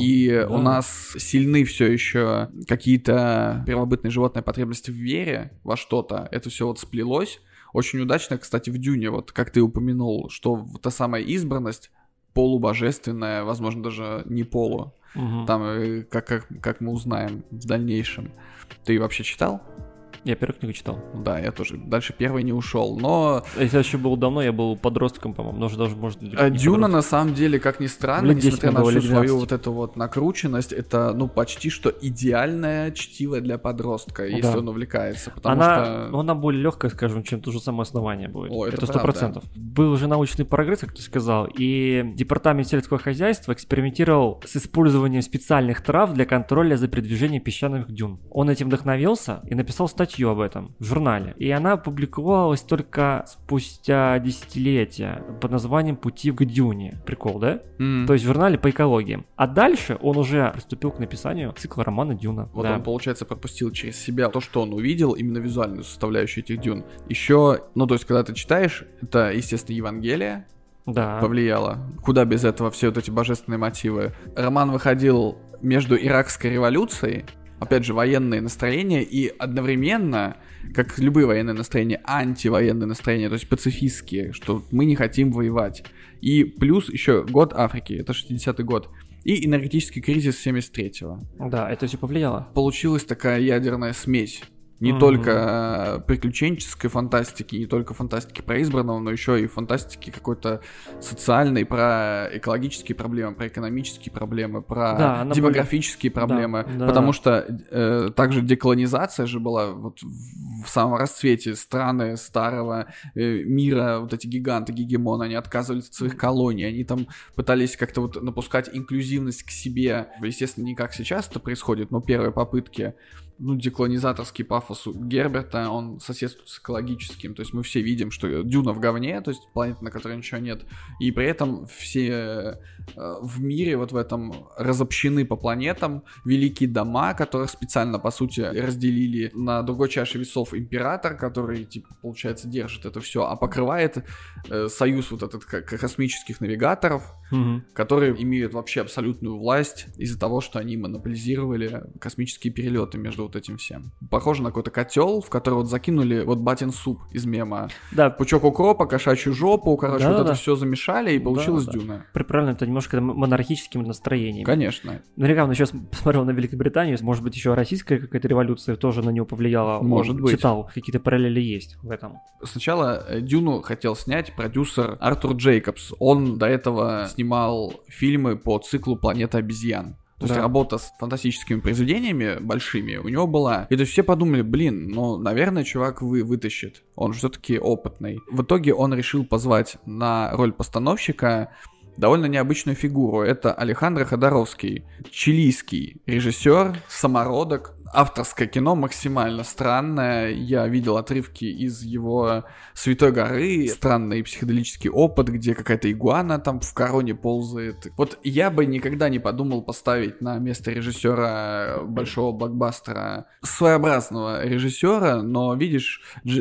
у нас сильны все еще какие-то первобытные животные потребности в вере во что-то, это все вот сплелось. Очень удачно, кстати, в Дюне, вот как ты упомянул, что та самая избранность полубожественная, возможно, даже не полу, там, как мы узнаем в дальнейшем. Ты вообще читал?
Я первую книгу читал.
Да, я тоже. Дальше первый не ушел, но...
Это еще было давно, я был подростком, по-моему, даже, может...
Дюна, на самом деле, как ни странно, несмотря на всю свою вот эту вот накрученность, это, почти что идеальное чтиво для подростка, если он увлекается, потому что...
Она более легкая, скажем, чем то же самое основание будет.
Это
100%. Был уже научный прогресс, как ты сказал, и Департамент сельского хозяйства экспериментировал с использованием специальных трав для контроля за передвижением песчаных дюн. Он этим вдохновился и написал статью об этом в журнале. И она опубликовалась только спустя десятилетия под названием «Пути к дюне». Прикол, да? То есть в журнале по экологии. А дальше он уже приступил к написанию цикла романа «Дюна».
Вот он, получается, пропустил через себя то, что он увидел, именно визуальную составляющую этих дюн. Еще, то есть, когда ты читаешь, это, естественно, Евангелие, повлияло. Куда без этого все вот эти божественные мотивы. Роман выходил между Иракской революцией, опять же, военные настроения, и одновременно, как любые военные настроения, антивоенные настроения, то есть пацифистские, что мы не хотим воевать. И плюс еще год Африки, это 60-й год, и энергетический кризис 73-го.
Да, это все повлияло.
Получилась такая ядерная смесь. Не только приключенческой фантастики, не только фантастики про избранного, но еще и фантастики какой-то социальной, про экологические проблемы, про экономические проблемы, про демографические проблемы. Потому что также деколонизация же была вот в самом расцвете. Страны старого мира, вот эти гиганты, гегемоны, они отказывались от своих колоний, они там пытались как-то вот напускать инклюзивность к себе. Естественно, не как сейчас это происходит, но первые попытки. Деколонизаторский пафос Герберта, он соседствует с экологическим. То есть мы все видим, что Дюна в говне, то есть планета, на которой ничего нет. И при этом все в мире вот в этом разобщены по планетам великие дома, которых специально, по сути, разделили на другой чаше весов император, который, получается, держит это все, а покрывает союз вот этот космических навигаторов, которые имеют вообще абсолютную власть из-за того, что они монополизировали космические перелеты между вот этим всем. Похоже на какой-то котел, в который вот закинули вот батин суп из мема. Да. Пучок укропа, кошачью жопу, короче, это все замешали, и получилась Дюна.
Правильно, это немножко монархическим настроением.
Конечно.
Наверняка он сейчас посмотрел на Великобританию, может быть, еще российская какая-то революция тоже на него повлияла.
Может быть.
Читал, какие-то параллели есть в этом.
Сначала Дюну хотел снять продюсер Артур Джейкобс. Он до этого снимал фильмы по циклу «Планета обезьян». То есть работа с фантастическими произведениями большими у него была. И то есть все подумали, наверное, чувак вытащит. Он же все-таки опытный. В итоге он решил позвать на роль постановщика довольно необычную фигуру. Это Алехандро Ходоровский, чилийский режиссер, самородок. Авторское кино максимально странное. Я видел отрывки из его «Святой горы», странный психоделический опыт, где какая-то игуана там в короне ползает. Вот я бы никогда не подумал поставить на место режиссера большого блокбастера своеобразного режиссера, но, видишь,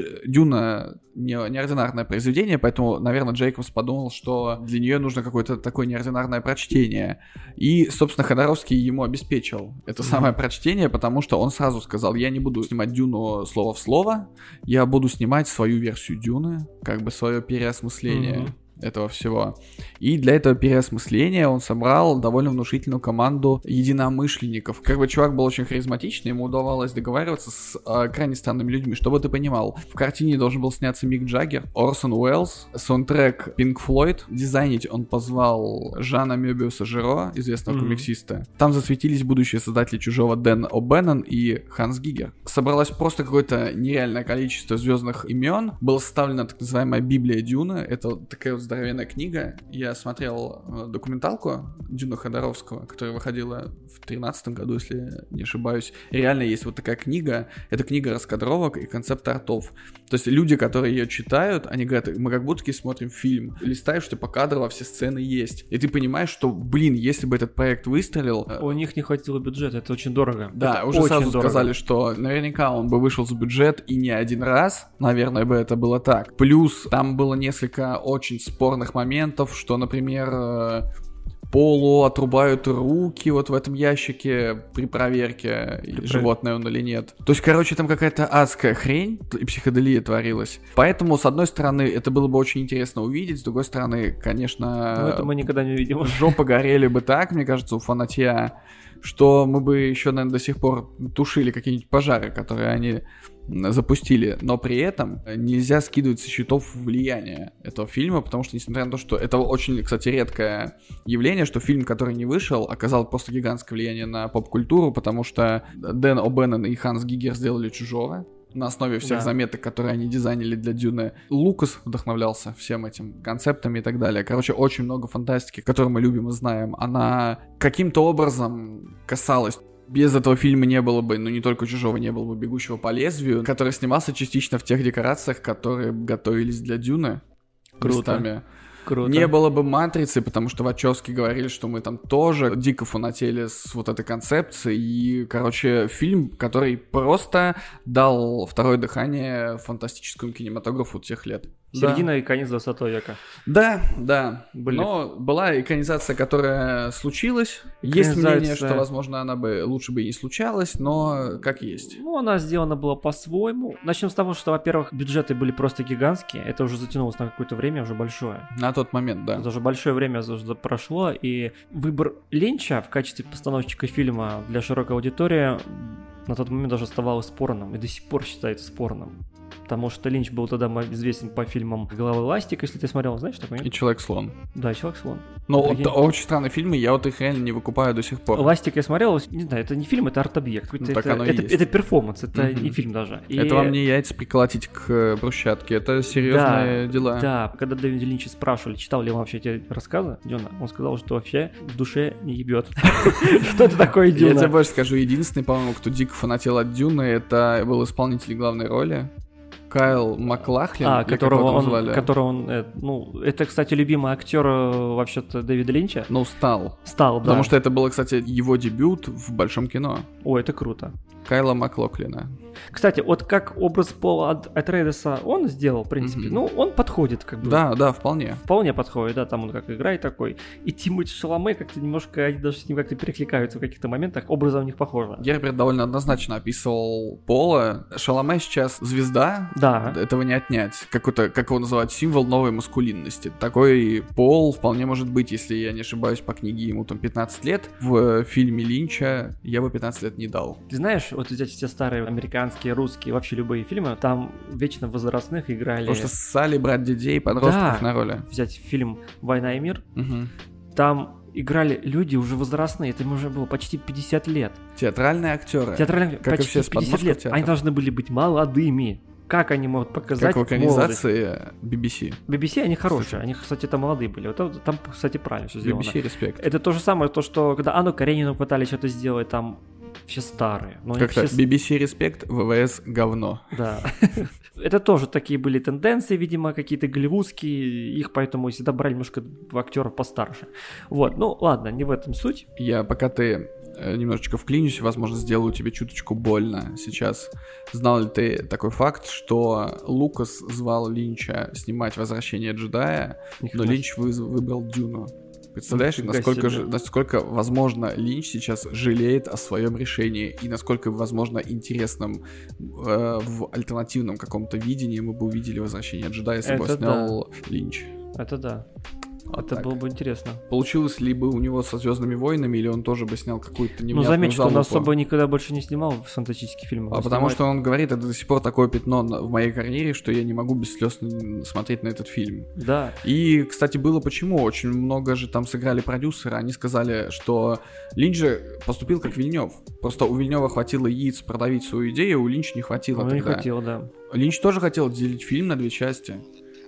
Дюна неординарное произведение, поэтому, наверное, Джейкобс подумал, что для нее нужно какое-то такое неординарное прочтение. И, собственно, Ходоровский ему обеспечил это самое прочтение, потому что он сразу сказал: я не буду снимать Дюну слово в слово, я буду снимать свою версию Дюны, как бы свое переосмысление этого всего. И для этого переосмысления он собрал довольно внушительную команду единомышленников. Как бы чувак был очень харизматичный, ему удавалось договариваться с крайне странными людьми. Чтобы ты понимал, в картине должен был сняться Мик Джаггер, Орсон Уэллс, саундтрек Pink Floyd. Дизайнить он позвал Жана Мёбиуса Жиро, известного комиксиста. Там засветились будущие создатели «Чужого» Дэн О'Беннон и Ханс Гигер. Собралось просто какое-то нереальное количество звездных имен. Была составлена так называемая Библия Дюны. Это такая вот здоровенная книга. Я смотрел документалку Дюна Ходоровского, которая выходила в 2013 году, если не ошибаюсь. И реально есть вот такая книга. Это книга раскадровок и концепт-артов. То есть люди, которые ее читают, они говорят, мы как будто смотрим фильм. Листаешь, ты покадрово, все сцены есть. И ты понимаешь, что, блин, если бы этот проект выстрелил...
У них не хватило бюджета, это очень дорого.
Да,
это
уже сразу сказали, что наверняка он бы вышел за бюджет и не один раз. Наверное, бы это было так. Плюс там было несколько очень спорных моментов, что, например... Полу отрубают руки вот в этом ящике при проверке, животное он или нет. То есть, короче, там какая-то адская хрень и психоделия творилась. Поэтому, с одной стороны, это было бы очень интересно увидеть, с другой стороны, конечно...
Но это мы никогда не увидим.
Жопы горели бы так, мне кажется, у фанатья, что мы бы еще, наверное, до сих пор тушили какие-нибудь пожары, которые они запустили, но при этом нельзя скидывать со счетов влияние этого фильма, потому что, несмотря на то, что это очень, кстати, редкое явление, что фильм, который не вышел, оказал просто гигантское влияние на поп-культуру, потому что Дэн О'Беннон и Ханс Гигер сделали «Чужого», на основе всех заметок, которые они дизайнили для Дюны. Лукас вдохновлялся всем этим концептами и так далее. Короче, очень много фантастики, которую мы любим и знаем. Она каким-то образом касалась. Без этого фильма не было бы, ну не только «Чужого», не было бы «Бегущего по лезвию», который снимался частично в тех декорациях, которые готовились для Дюны.
Круто. Круто.
Не было бы «Матрицы», потому что Вачовски говорили, что мы там тоже дико фанатели с вот этой концепцией. И, короче, фильм, который просто дал второе дыхание фантастическому кинематографу тех лет.
Середина и конец 20 века.
Да. Но была экранизация, которая случилась. Есть мнение, что, возможно, она бы лучше бы и не случалась, но как есть.
Ну, она сделана была по-своему. Начнем с того, что, во-первых, бюджеты были просто гигантские. Это уже затянулось на какое-то время, уже большое.
На тот момент, да.
Это уже большое время прошло, и выбор Линча в качестве постановщика фильма для широкой аудитории на тот момент даже оставалось спорным, и до сих пор считается спорным. Потому что Линч был тогда известен по фильмам «Голова эластик», если ты смотрел, знаешь такой?
И «Человек-слон».
Да, «Человек-слон».
Но вот очень странные фильмы, я вот их реально не выкупаю до сих пор.
«Эластик» я смотрел, не знаю, это не фильм, это арт-объект. Это перформанс, это не фильм даже.
Это вам не яйца приколотить к брусчатке, это серьезные дела.
Да, когда Дэвида Линча спрашивали, читал ли он вообще эти рассказы Дюна, он сказал, что вообще в душе не ебет. Что это такое Дюна?
Я тебе больше скажу, единственный, по-моему, кто дико фанател от Дюны, это был исполнитель главной роли. Кайл Маклахлин,
которого он, это, кстати, любимый актер вообще-то Дэвида Линча.
Ну, стал,
да.
Потому что это был, кстати, его дебют в большом кино.
О, это круто.
Кайла Маклахлина.
Кстати, вот как образ Пола Атрейдеса он сделал, в принципе, он подходит как бы.
Да, вполне.
Вполне подходит, да, там он как играет такой. И Тимоти Шаламе как-то немножко, они даже с ним как-то перекликаются в каких-то моментах, образы у них похожи.
Герберт довольно однозначно описывал Пола. Шаламе сейчас звезда,
да.
Этого не отнять. Какой-то, как его называют, символ новой маскулинности. Такой Пол вполне может быть, если я не ошибаюсь, по книге ему там 15 лет. В фильме Линча я бы 15 лет не дал.
Ты знаешь, вот взять все старые американские, русские, вообще любые фильмы, там вечно возрастных играли...
Потому что ссали брать детей, подростков на роли.
Взять фильм «Война и мир», там играли люди уже возрастные, это им уже было почти 50 лет.
Театральные актеры.
Как почти и все 50 лет. Театра. Они должны были быть молодыми. Как они могут показать
как в экранизации BBC.
BBC, они хорошие. Кстати. Они, кстати, там молодые были. Вот там, кстати, правильно все сделано.
BBC, респект.
Это то же самое, то, что когда Анну Каренину пытались что-то сделать, там все старые.
Как-то все... BBC респект, ВВС говно.
Да. Это тоже такие были тенденции, видимо, какие-то голливудские. Их поэтому всегда брали немножко актеров постарше. Вот, ну ладно, не в этом суть.
Пока ты немножечко вклинюсь, возможно, сделаю тебе чуточку больно сейчас. Знал ли ты такой факт, что Лукас звал Линча снимать «Возвращение джедая», но Линч выбрал «Дюну»? Представляешь, насколько, возможно, Линч сейчас жалеет о своем решении и насколько, возможно, интересным в альтернативном каком-то видении мы бы увидели «Возвращение джедая», если бы снял Линч.
Это да. Это было бы интересно.
Получилось ли бы у него со «Звездными войнами», или он тоже бы снял какую-то невнятную
замку? Заметь, что он
залупу?
особо никогда больше не снимал в фантастических фильмах.
Потому что он говорит, это до сих пор такое пятно в моей карьере, что я не могу без слез смотреть на этот фильм.
Да.
И, кстати, было почему. Очень много же там сыграли продюсеры. Они сказали, что Линч же поступил как Вильнёв. Просто у Вильнёва хватило яиц продавить свою идею, у Линча не хватило тогда.
Не хватило, да.
Линч тоже хотел делить фильм на две части.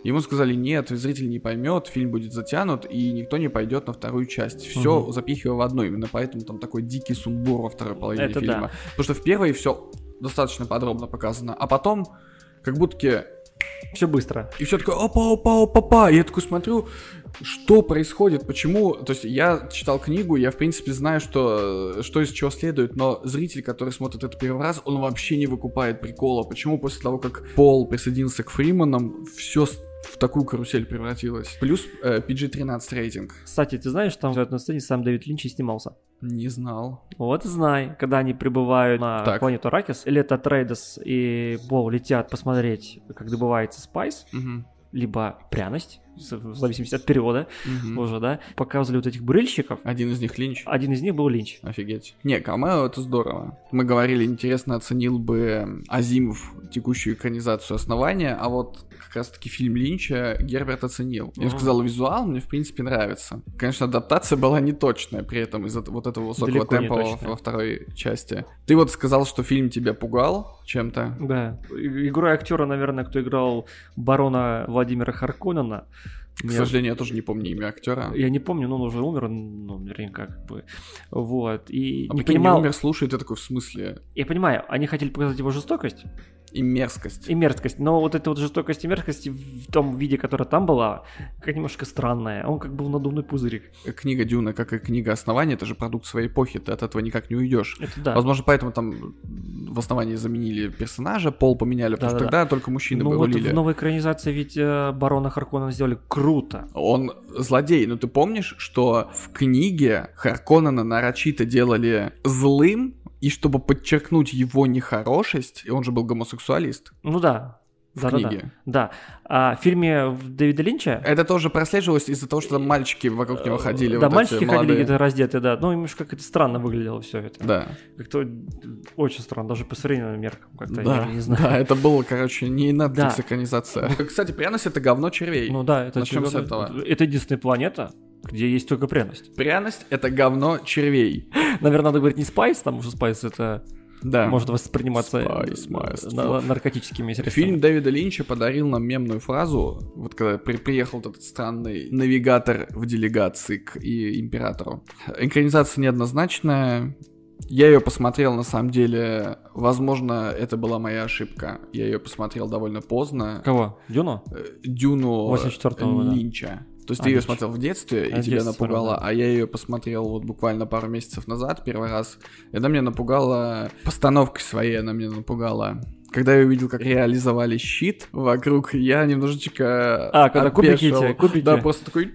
Ему сказали, нет, зритель не поймет, фильм будет затянут, и никто не пойдет на вторую часть. Все запихивая в одну, именно поэтому там такой дикий сумбур во второй половине фильма. Да. Потому что в первой все достаточно подробно показано, а потом как будто
все быстро.
И все такое, опа. И я такой смотрю, что происходит, почему... То есть я читал книгу, я в принципе знаю, что из чего следует, но зритель, который смотрит это первый раз, он вообще не выкупает прикола. Почему после того, как Пол присоединился к Фриманам, все в такую карусель превратилось. Плюс PG-13 рейтинг.
Кстати, ты знаешь, там в этой сцене сам Дэвид Линч и снимался?
Не знал.
Вот знай, когда они прибывают на планету Аракис, Лето Атрейдес и Пол летят посмотреть, как добывается спайс, либо пряность, в зависимости от периода уже, да, показывали вот этих бурильщиков.
Один из них Линч?
Один из них был Линч.
Офигеть. Не, камео это здорово. Мы говорили, интересно оценил бы Азимов текущую экранизацию «Основания», а вот как раз-таки фильм Линча Герберт оценил. Я сказал, визуал мне в принципе нравится. Конечно, адаптация была неточная при этом из-за вот этого высокого темпа во второй части. Ты вот сказал, что фильм тебя пугал чем-то.
Да. Игрой актера, наверное, кто играл барона Владимира Харконнена.
К сожалению, я тоже не помню имя актера.
Я не помню, но он уже умер, наверняка, как бы. Вот. И
не понимал... умер, слушай, ты такой, в смысле?
Я понимаю, они хотели показать его жестокость.
И мерзкость.
И мерзкость. Но вот эта вот жестокость и мерзкость в том виде, которая там была, как немножко странная. Он как был надувной пузырик.
Книга Дюна, как и книга «Основания», это же продукт своей эпохи, ты от этого никак не уйдешь.
Это да.
Возможно, поэтому там в «Основании» заменили персонажа, пол поменяли, потому что тогда только мужчины рулили.
Вот в новой экранизации ведь барона Харконнена сделали круто.
Он злодей, но ты помнишь, что в книге Харконнена нарочито делали злым, и чтобы подчеркнуть его нехорошесть, и он же был гомосексуалист.
Ну да.
В книге.
Да. А в фильме Дэвида Линча...
Это тоже прослеживалось из-за того, что там мальчики вокруг него ходили.
Да, вот мальчики ходили где-то раздетые, да. Ну, немножко как-то странно выглядело все это.
Да.
Как-то очень странно, даже по современным меркам. Как-то,
да,
я не знаю.
Да, это было, короче, не Netflix экранизация. Кстати, пряность — это говно червей.
Ну да, это
начнем с этого.
Это единственная планета, где есть только пряность.
Пряность — это говно червей.
Наверное, надо говорить не спайс, потому что спайс — это...
Да.
Может восприниматься наркотическими средствами.
Фильм Дэвида Линча подарил нам мемную фразу, вот когда приехал этот странный навигатор в делегации к императору. Экранизация неоднозначная. Я ее посмотрел, на самом деле, возможно, это была моя ошибка. Я ее посмотрел довольно поздно.
Кого? Дюну?
Дюну
84-го,
Линча. То есть ты ее смотрел в детстве, и тебя напугало, а я ее посмотрел вот буквально пару месяцев назад, первый раз. И она меня напугала постановкой своей, она меня напугала. Когда я увидел, как реализовали щит вокруг, я немножечко
когда кубики.
Да, просто такой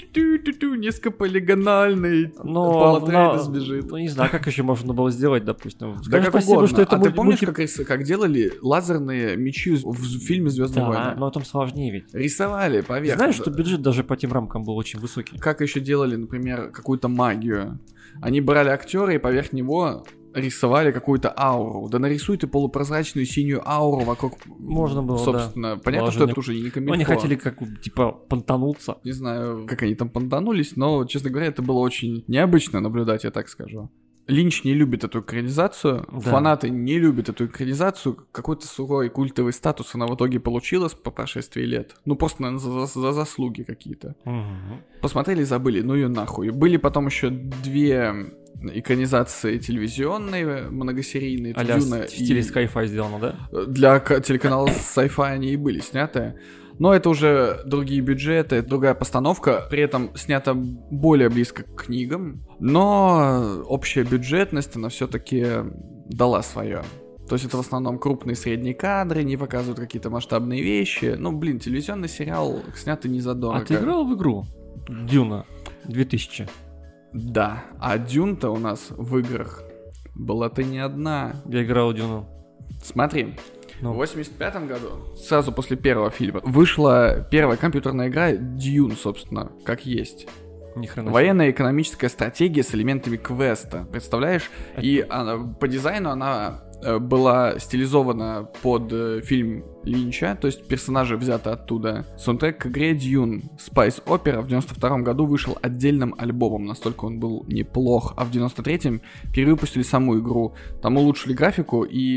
низкополигональный. Пол-Атрейдес бежит.
Ну, не знаю, как еще можно было сделать, допустим.
Да как угодно. Что это ты помнишь, как делали лазерные мечи в фильме «Звездные войны»?
Да, но там сложнее ведь.
Рисовали поверх.
Знаешь, что бюджет даже по тем рамкам был очень высокий.
Как еще делали, например, какую-то магию? Они брали актера и поверх него... рисовали какую-то ауру. Да нарисуй ты полупрозрачную синюю ауру вокруг.
Можно было,
собственно, понятно, что это уже не камильфо.
Они хотели как, типа, понтануться.
Не знаю, как они там понтанулись, но, честно говоря, это было очень необычно наблюдать, я так скажу. Линч не любит эту экранизацию, фанаты не любят эту экранизацию, какой-то сухой культовый статус она в итоге получилась по прошествии лет. Ну, просто, наверное, за заслуги какие-то. Посмотрели и забыли, ну ее нахуй. Были потом еще две экранизации телевизионные, многосерийные.
А-ля в стиле Sci-Fi сделано, да?
Для телеканала Sci-Fi они и были сняты. Но это уже другие бюджеты, другая постановка, при этом снято более близко к книгам, но общая бюджетность, она все-таки дала свое. То есть это в основном крупные средние кадры, не показывают какие-то масштабные вещи. Ну, блин, телевизионный сериал снятый незадорого.
А ты играл в игру Дюна 2000?
Да, а Дюн-то у нас в играх была-то не одна.
Я играл в Дюну.
Смотри. В 85-м году, сразу после первого фильма, вышла первая компьютерная игра Dune, собственно, как есть. Военная экономическая стратегия с элементами квеста, представляешь? И по дизайну она была стилизована под фильм Линча, то есть персонажи взяты оттуда. Саундтрек к игре Dune Space Opera в 92-м году вышел отдельным альбомом, настолько он был неплох, а в 93-м перевыпустили саму игру. Там улучшили графику и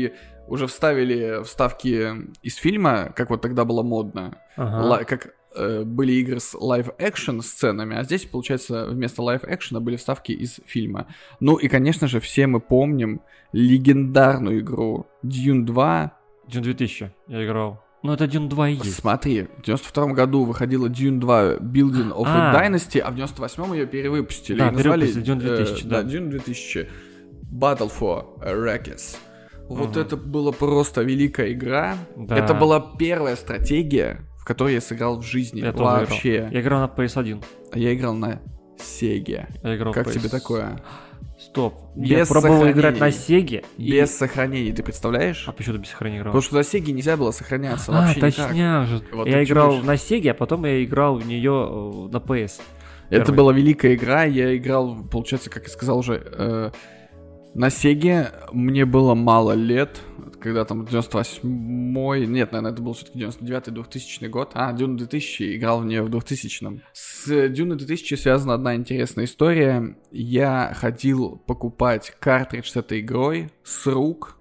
уже вставили вставки из фильма, как вот тогда было модно. Как были игры с лайв-экшн сценами, а здесь, получается, вместо лайв-экшена были вставки из фильма. Ну и, конечно же, все мы помним легендарную игру Dune 2.
Dune 2000 я играл. Ну, это Dune 2 и есть.
Смотри, в 92 году выходила Dune 2 Building of a Dynasty, а в 98-м ее перевыпустили.
Да,
и назвали
Dune 2000,
да, Dune 2000 Battle for Arrakis. Вот это была просто великая игра. Да. Это была первая стратегия, в которой я сыграл в жизни.
Я
вообще.
Играл. Я играл на PS1.
А я играл на Sega.
Я играл
как тебе такое?
Стоп. Я пробовал играть на Сеге.
Без сохранений, ты представляешь?
А почему ты без сохранений играл?
Потому что на Сеге нельзя было сохраняться вообще
точняк же. Вот я играл на Сеге, а потом я играл в нее на PS.
Это была великая игра. Я играл, получается, как я сказал уже, на Сеге. Мне было мало лет, когда там 98-й... Нет, наверное, это был все-таки 99-й, 2000 год. Dune 2000, играл в нее в 2000-м. С Dune 2000 связана одна интересная история. Я ходил покупать картридж с этой игрой с рук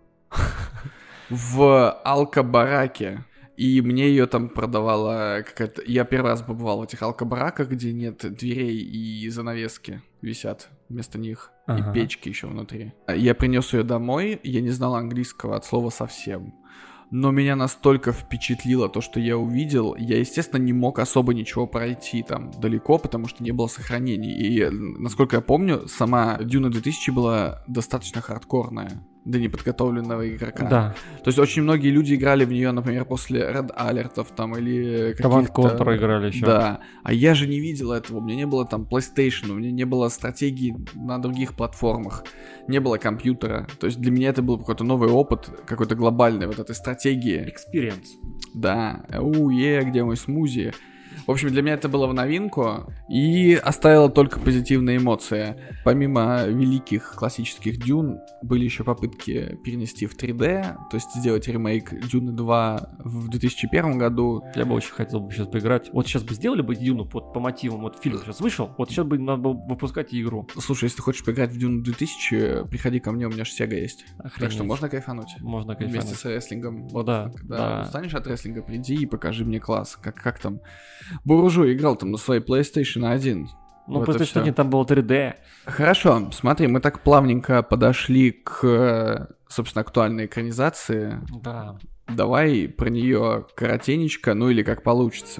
в алкобараке. И мне ее там продавала какая-то... Я первый раз побывал в этих алкобараках, где нет дверей и занавески висят вместо них. И печки еще внутри. Я принес ее домой, я не знал английского от слова совсем. Но меня настолько впечатлило то, что я увидел. Я, естественно, не мог особо ничего пройти там далеко, потому что не было сохранений. И, насколько я помню, сама Dune 2000 была достаточно хардкорная для неподготовленного игрока.
Да.
То есть очень многие люди играли в нее, например, после Red Alert'ов там или каких-то...
Command Conquer играли еще.
Да. А я же не видел этого. У меня не было там PlayStation, у меня не было стратегий на других платформах, не было компьютера. То есть для меня это был какой-то новый опыт, какой-то глобальный вот этой стратегии.
Experience.
Да. Где мой смузи? В общем, для меня это было в новинку и оставило только позитивные эмоции. Помимо великих классических Дюн, были еще попытки перенести в 3D, то есть сделать ремейк Дюны 2 в 2001 году.
Я бы очень хотел бы сейчас поиграть. Вот сейчас бы сделали бы Дюну по мотивам, вот фильм сейчас вышел, вот сейчас бы надо было выпускать игру.
Слушай, если ты хочешь поиграть в Дюну 2000, приходи ко мне, у меня же Sega есть.
Охренеть.
Так что можно кайфануть.
Можно кайфануть.
Вместе с рестлингом. Вот,
да,
когда устанешь от рестлинга, приди и покажи мне класс. Как там Буржуй играл там на своей PlayStation 1.
Ну, вот PlayStation 1 там было 3D.
Хорошо, смотри, мы так плавненько подошли к, собственно, актуальной экранизации.
Да.
Давай про нее коротенечко, ну или как получится.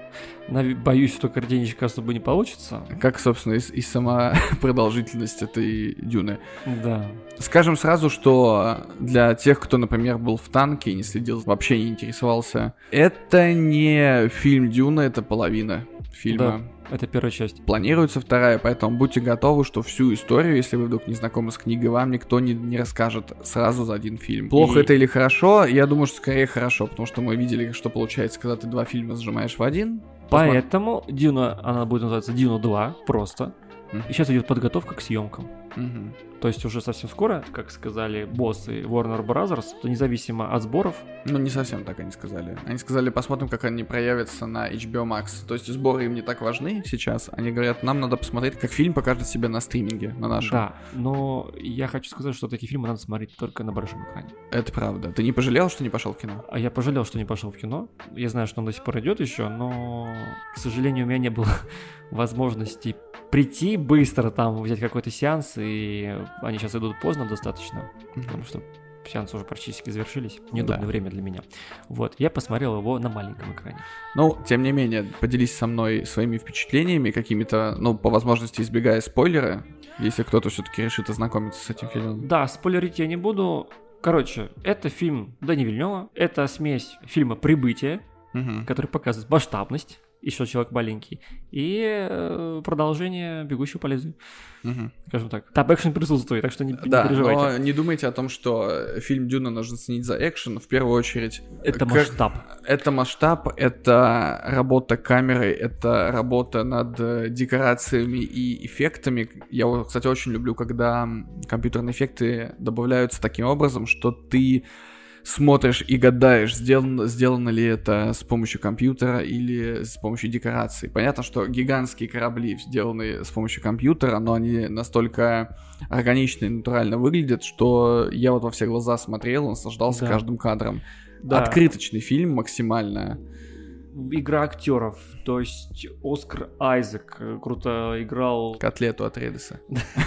Боюсь, что коротенечко особо не получится.
Как, собственно, и сама продолжительность этой Дюны.
Да.
Скажем сразу, что для тех, кто, например, был в танке и не следил, вообще не интересовался, это не фильм Дюна, это половина фильма.
Да, это первая часть.
Планируется вторая, поэтому будьте готовы, что всю историю, если вы вдруг не знакомы с книгой, вам никто не расскажет сразу за один фильм. Плохо это или хорошо? Я думаю, что скорее хорошо, потому что мы видели, что получается, когда ты два фильма сжимаешь в один.
Поэтому Дюна, она будет называться Дюна 2, просто. И сейчас идет подготовка к съемкам. То есть уже совсем скоро, как сказали боссы Warner Brothers, то независимо от сборов...
Ну, не совсем так они сказали. Они сказали, посмотрим, как они проявятся на HBO Max. То есть сборы им не так важны сейчас. Они говорят, нам надо посмотреть, как фильм покажет себя на стриминге, на нашем.
Да, но я хочу сказать, что такие фильмы надо смотреть только на большом экране.
Это правда. Ты не пожалел, что не пошел в кино?
А я пожалел, что не пошел в кино. Я знаю, что он до сих пор идет еще, но, к сожалению, у меня не было возможности прийти быстро, там, взять какой-то сеанс, и они сейчас идут поздно достаточно, потому что сеансы уже практически завершились. Неудобное время для меня. Вот, я посмотрел его на маленьком экране.
Ну, тем не менее, поделись со мной своими впечатлениями, какими-то, ну, по возможности избегая спойлера, если кто-то все-таки решит ознакомиться с этим фильмом.
Да, спойлерить я не буду. Короче, это фильм Дани Вильнёва, это смесь фильма «Прибытие», который показывает масштабность, и что человек маленький, и продолжение «Бегущего по лезвию». Скажем так. Там экшен присутствует, так что не переживайте.
Но не думайте о том, что фильм «Дюна» нужно ценить за экшен. В первую очередь...
Это масштаб.
Это масштаб, это работа камеры, это работа над декорациями и эффектами. Я, кстати, очень люблю, когда компьютерные эффекты добавляются таким образом, что ты смотришь и гадаешь, сделано ли это с помощью компьютера или с помощью декораций. Понятно, что гигантские корабли сделаны с помощью компьютера, но они настолько органично и натурально выглядят, что я вот во все глаза смотрел, наслаждался каждым кадром. Да. Открыточный фильм максимально.
Игра актеров, то есть Оскар Айзек круто играл...
Котлету Атрейдеса.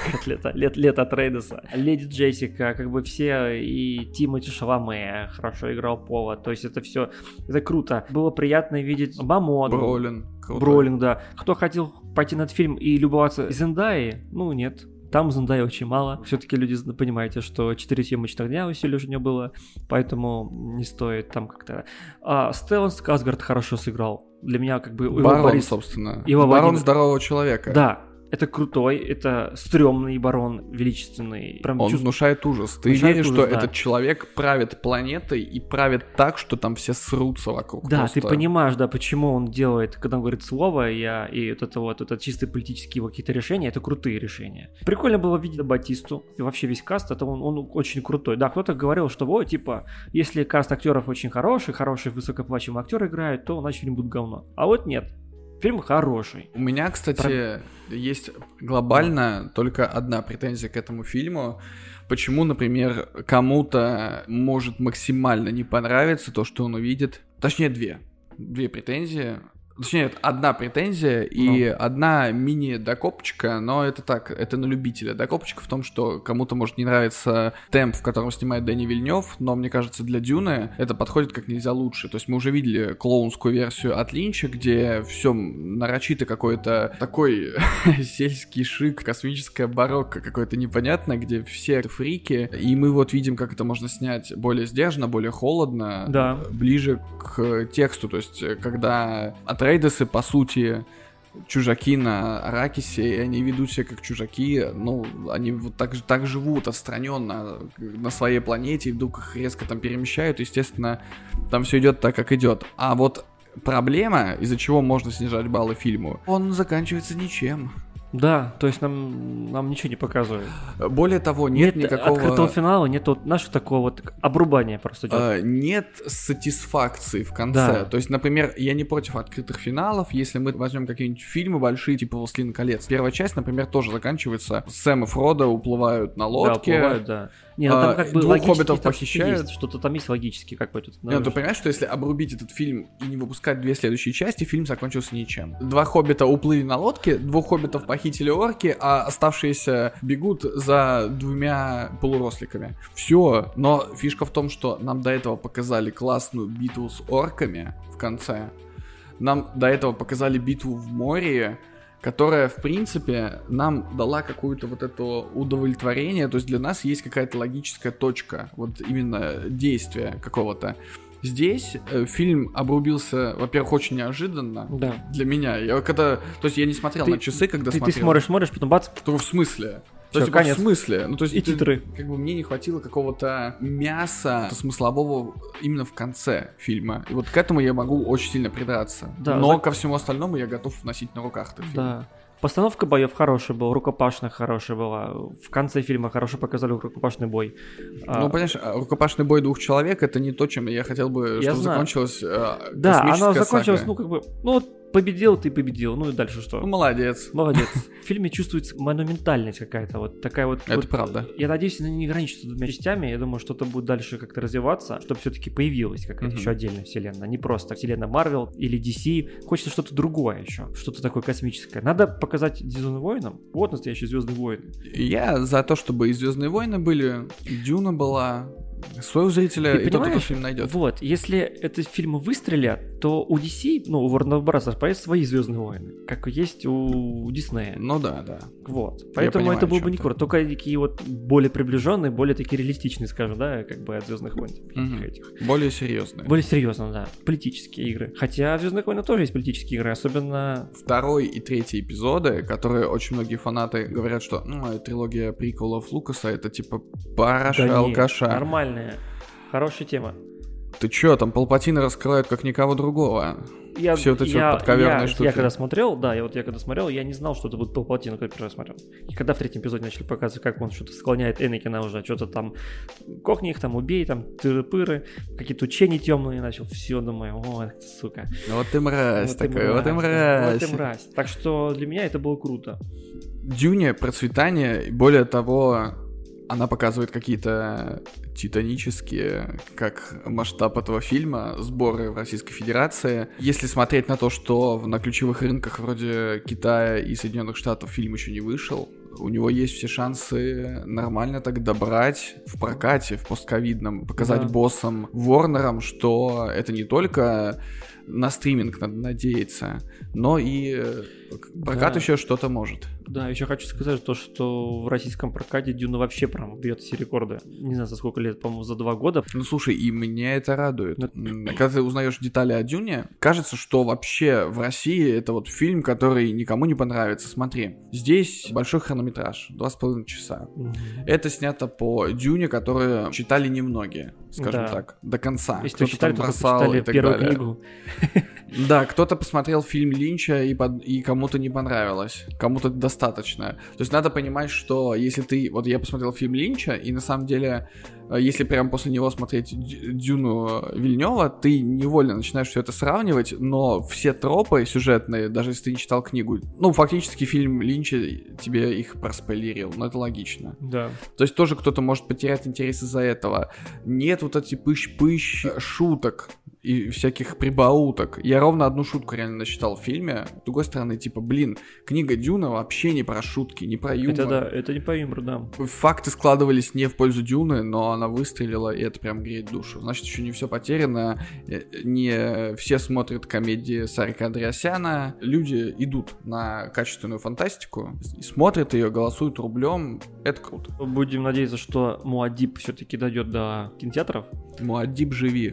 Лето Атрейдеса. Леди Джессика, как бы все, и Тимоти Шаламе хорошо играл Пола, то есть это все, это круто. Было приятно видеть Мамону. Бролин, да. Кто хотел пойти на этот фильм и любоваться Зендаей, ну нет. Там Зендай очень мало. Все-таки люди, понимаете, что 4 съемочных дня усилий уже не было, поэтому не стоит там как-то... Стеллан Скарсгард хорошо сыграл. Для меня как бы...
Барон, собственно. Барон здорового человека.
Да. Это крутой, это стрёмный барон, величественный.
Прям он внушает ужас. Ты веришь, что этот человек правит планетой и правит так, что там все срутся вокруг.
Да, просто. Ты понимаешь, да, почему он делает, когда он говорит слово, и вот это чисто политические какие-то решения, это крутые решения. Прикольно было видеть Батисту, и вообще весь каст, это он очень крутой. Да, кто-то говорил, что вот, типа, если каст актеров очень хороший высокооплачиваемый актер играет, то значит фильм будет говно. А вот нет. Фильм хороший.
У меня, кстати, есть глобально только одна претензия к этому фильму. Почему, например, кому-то может максимально не понравиться то, что он увидит. Точнее, две претензии. Точнее, одна претензия и одна мини-докопочка, но это так, это на любителя. Докопочка в том, что кому-то может не нравиться темп, в котором снимает Дэни Вильнёв, но мне кажется, для Дюны это подходит как нельзя лучше. То есть мы уже видели клоунскую версию от Линча, где все нарочито какой-то такой сельский шик, космическая барокко какое-то непонятное, где все фрики, и мы вот видим, как это можно снять более сдержанно, более холодно, ближе к тексту. То есть когда Атрейдесы, по сути, чужаки на Аракисе, и они ведут себя как чужаки, ну, они вот так живут отстраненно на своей планете, и вдруг их резко там перемещают, естественно, там все идет так, как идет. А вот проблема, из-за чего можно снижать баллы фильму, он заканчивается ничем.
Да, то есть нам ничего не показывают.
Более того, нет никакого...
открытого финала, нет нашего такого вот обрубания просто идет.
Нет сатисфакции в конце. Да. То есть, например, я не против открытых финалов, если мы возьмем какие-нибудь фильмы большие, типа «Властелин колец». Первая часть, например, тоже заканчивается. Сэм и Фродо уплывают на лодке.
Да, уплывают, да. Не, ну там как бы
двух хоббитов похищают.
Что-то там есть логически, как бы тут.
Нет, ты понимаешь, что если обрубить этот фильм и не выпускать две следующие части, фильм закончился ничем. 2 хоббита уплыли на лодке, 2 хоббитов похитили орки, а оставшиеся бегут за 2 полуросликами. Все, но фишка в том, что нам до этого показали классную битву с орками в конце. Нам до этого показали битву в море, которая, в принципе, нам дала какое-то вот это удовлетворение, то есть для нас есть какая-то логическая точка, вот именно действия какого-то. Здесь фильм обрубился, во-первых, очень неожиданно для меня. То есть я не смотрел на часы, когда смотрел.
Ты смотришь, потом бац.
В смысле?
То есть, конец.
В смысле? Ну, то есть,
и титры.
Как бы мне не хватило какого-то мяса смыслового именно в конце фильма. И вот к этому я могу очень сильно придраться. Да, но ко всему остальному я готов носить на руках этот фильм.
Да. Постановка боев хорошая была, рукопашная хорошая была. В конце фильма хорошо показали рукопашный бой.
Ну, понимаешь, рукопашный бой 2 человек — это не то, чем я хотел бы, чтобы закончилась
да, она закончилась, сага. Ну, как бы, ну, вот победил, ты победил, ну и дальше что?
Ну, молодец.
Молодец. В фильме чувствуется монументальность какая-то, вот такая вот.
Это правда.
Я надеюсь, она не ограничится 2 частями, я думаю, что-то будет дальше как-то развиваться, чтобы все-таки появилась какая-то еще отдельная вселенная, не просто вселенная Marvel или DC, хочется что-то другое еще, что-то такое космическое. Надо показать Звездным войнам, вот настоящие Звездные войны.
Я за то, чтобы и Звездные войны были, и Дюна была. Своего зрителя и тот, кто фильм найдет.
Вот, если этот фильм выстрелят, то у DC, ну, у Warner Bros. Появятся свои Звездные войны, как есть у Диснея.
Ну да.
Вот. Поэтому это было бы не круто. Только такие вот более приближенные, более такие реалистичные, скажем, да, как бы от Звездных войн. Этих.
Более серьезные.
Более серьезно, да. Политические игры. Хотя в Звездных войнах тоже есть политические игры, особенно
2 и 3 эпизоды, которые очень многие фанаты говорят, что трилогия приквелов Лукаса — это типа параша алкаша.
Нормально. Хорошая тема.
Ты чё, там Палпатина раскрывают как никого другого. Все вот эти подковерные штуки.
Я когда смотрел, я не знал, что это будет Палпатин, когда первый раз смотрел. И когда в третьем эпизоде начали показывать, как он что-то склоняет Энакина уже, что-то там, кокни их там, убей, там, тыры-пыры, какие-то учения темные начал, все, думаю, о, сука.
Вот ты мразь такой, вот ты мразь.
Так что для меня это было круто.
Дюня, процветание, и более того, она показывает какие-то титанические, как масштаб этого фильма, сборы в Российской Федерации. Если смотреть на то, что на ключевых рынках вроде Китая и Соединенных Штатов фильм еще не вышел, у него есть все шансы нормально так добрать в прокате, в постковидном, показать боссам, Ворнерам, что это не только на стриминг надо надеяться, но и прокат еще что-то может.
Да, еще хочу сказать то, что в российском прокате Дюна вообще прям бьет все рекорды. Не знаю, за сколько лет, по-моему, за 2 года.
Ну, слушай, и меня это радует. Когда ты узнаешь детали о Дюне, кажется, что вообще в России это вот фильм, который никому не понравится. Смотри, здесь большой хронометраж, 2,5 часа. Это снято по Дюне, которую читали немногие, скажем так, до конца.
Если кто-то читали, бросал и так первую далее. Книгу.
Да, кто-то посмотрел фильм Линча и кому-то не понравилось, кому-то достаточно. То есть надо понимать, что если ты... Вот я посмотрел фильм Линча, и на самом деле, если прям после него смотреть Дюну Вильнёва, ты невольно начинаешь все это сравнивать, но все тропы сюжетные, даже если ты не читал книгу, ну, фактически фильм Линча тебе их проспойлерил, но это логично.
Да.
То есть тоже кто-то может потерять интерес из-за этого. Нет вот эти пыщ-пыщ шуток и всяких прибауток. Я ровно одну шутку реально насчитал в фильме. С другой стороны, типа, книга Дюна вообще не про шутки, не про юмор.
Это да, это не про юмор, да.
Факты складывались не в пользу Дюны, но она выстрелила, и это прям греет душу. Значит, еще не все потеряно. Не все смотрят комедии Сарика Андреасяна. Люди идут на качественную фантастику, смотрят ее, голосуют рублем. Это круто.
Будем надеяться, что Муаддиб все-таки дойдет до кинотеатров.
Муаддиб, живи.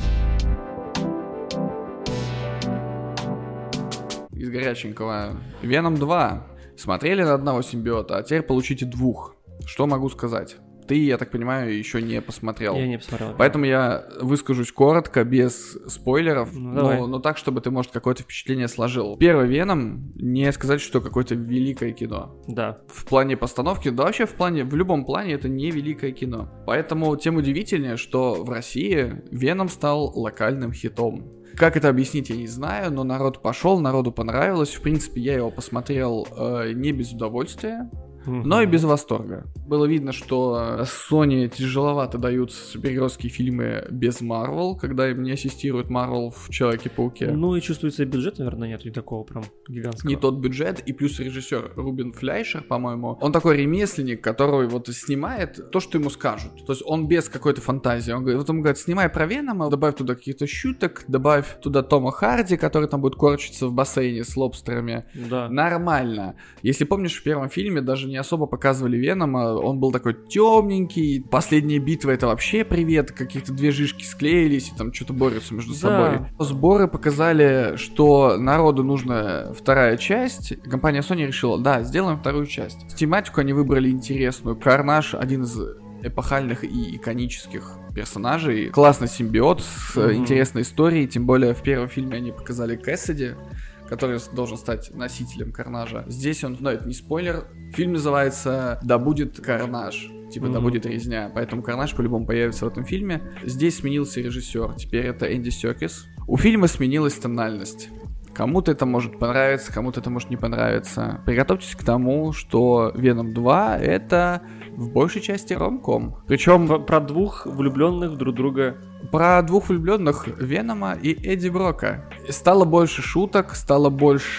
Из горяченького. Веном 2. Смотрели на одного симбиота, а теперь получите 2. Что могу сказать? Ты, я так понимаю, еще не посмотрел.
Я не посмотрел.
Поэтому я выскажусь коротко, без спойлеров, но так, чтобы ты, может, какое-то впечатление сложил. Первый Веном, не сказать, что какое-то великое кино.
Да.
В плане постановки, да вообще в любом плане это не великое кино. Поэтому тем удивительнее, что в России Веном стал локальным хитом. Как это объяснить, я не знаю, но народ пошел, народу понравилось. В принципе, я его посмотрел не без удовольствия, но и без восторга. Было видно, что Sony тяжеловато дают супергеройские фильмы без Marvel, когда им не ассистирует Marvel в Человеке-пауке.
Ну и чувствуется, и бюджета, наверное, нет, и такого прям гигантского.
Не тот бюджет, и плюс режиссер Рубен Флейшер, по-моему, он такой ремесленник, который вот снимает то, что ему скажут. То есть он без какой-то фантазии. Он говорит, снимай про Венома, добавь туда каких-то шуток, добавь туда Тома Харди, который там будет корчиться в бассейне с лобстерами.
Да.
Нормально. Если помнишь, в первом фильме даже не особо показывали Венома, он был такой темненький, последняя битва это вообще привет, какие-то 2 жишки склеились и там что-то борются между собой. Сборы показали, что народу нужна 2 часть, компания Sony решила, да, сделаем 2 часть. Тематику они выбрали интересную, Карнаж один из эпохальных и иконических персонажей, классный симбиот с интересной историей, тем более в первом фильме они показали Кэссиди, который должен стать носителем Карнажа. Здесь он, но это не спойлер, фильм называется «Да будет Карнаж», типа «Да будет резня», поэтому Карнаж по-любому появится в этом фильме. Здесь сменился режиссер, теперь это Энди Серкис. У фильма сменилась тональность. Кому-то это может понравиться, кому-то это может не понравиться. Приготовьтесь к тому, что Веном 2 это в большей части ромком. Причем
про 2 влюбленных друг друга.
Про 2 влюбленных Венома и Эдди Брока. Стало больше шуток, стало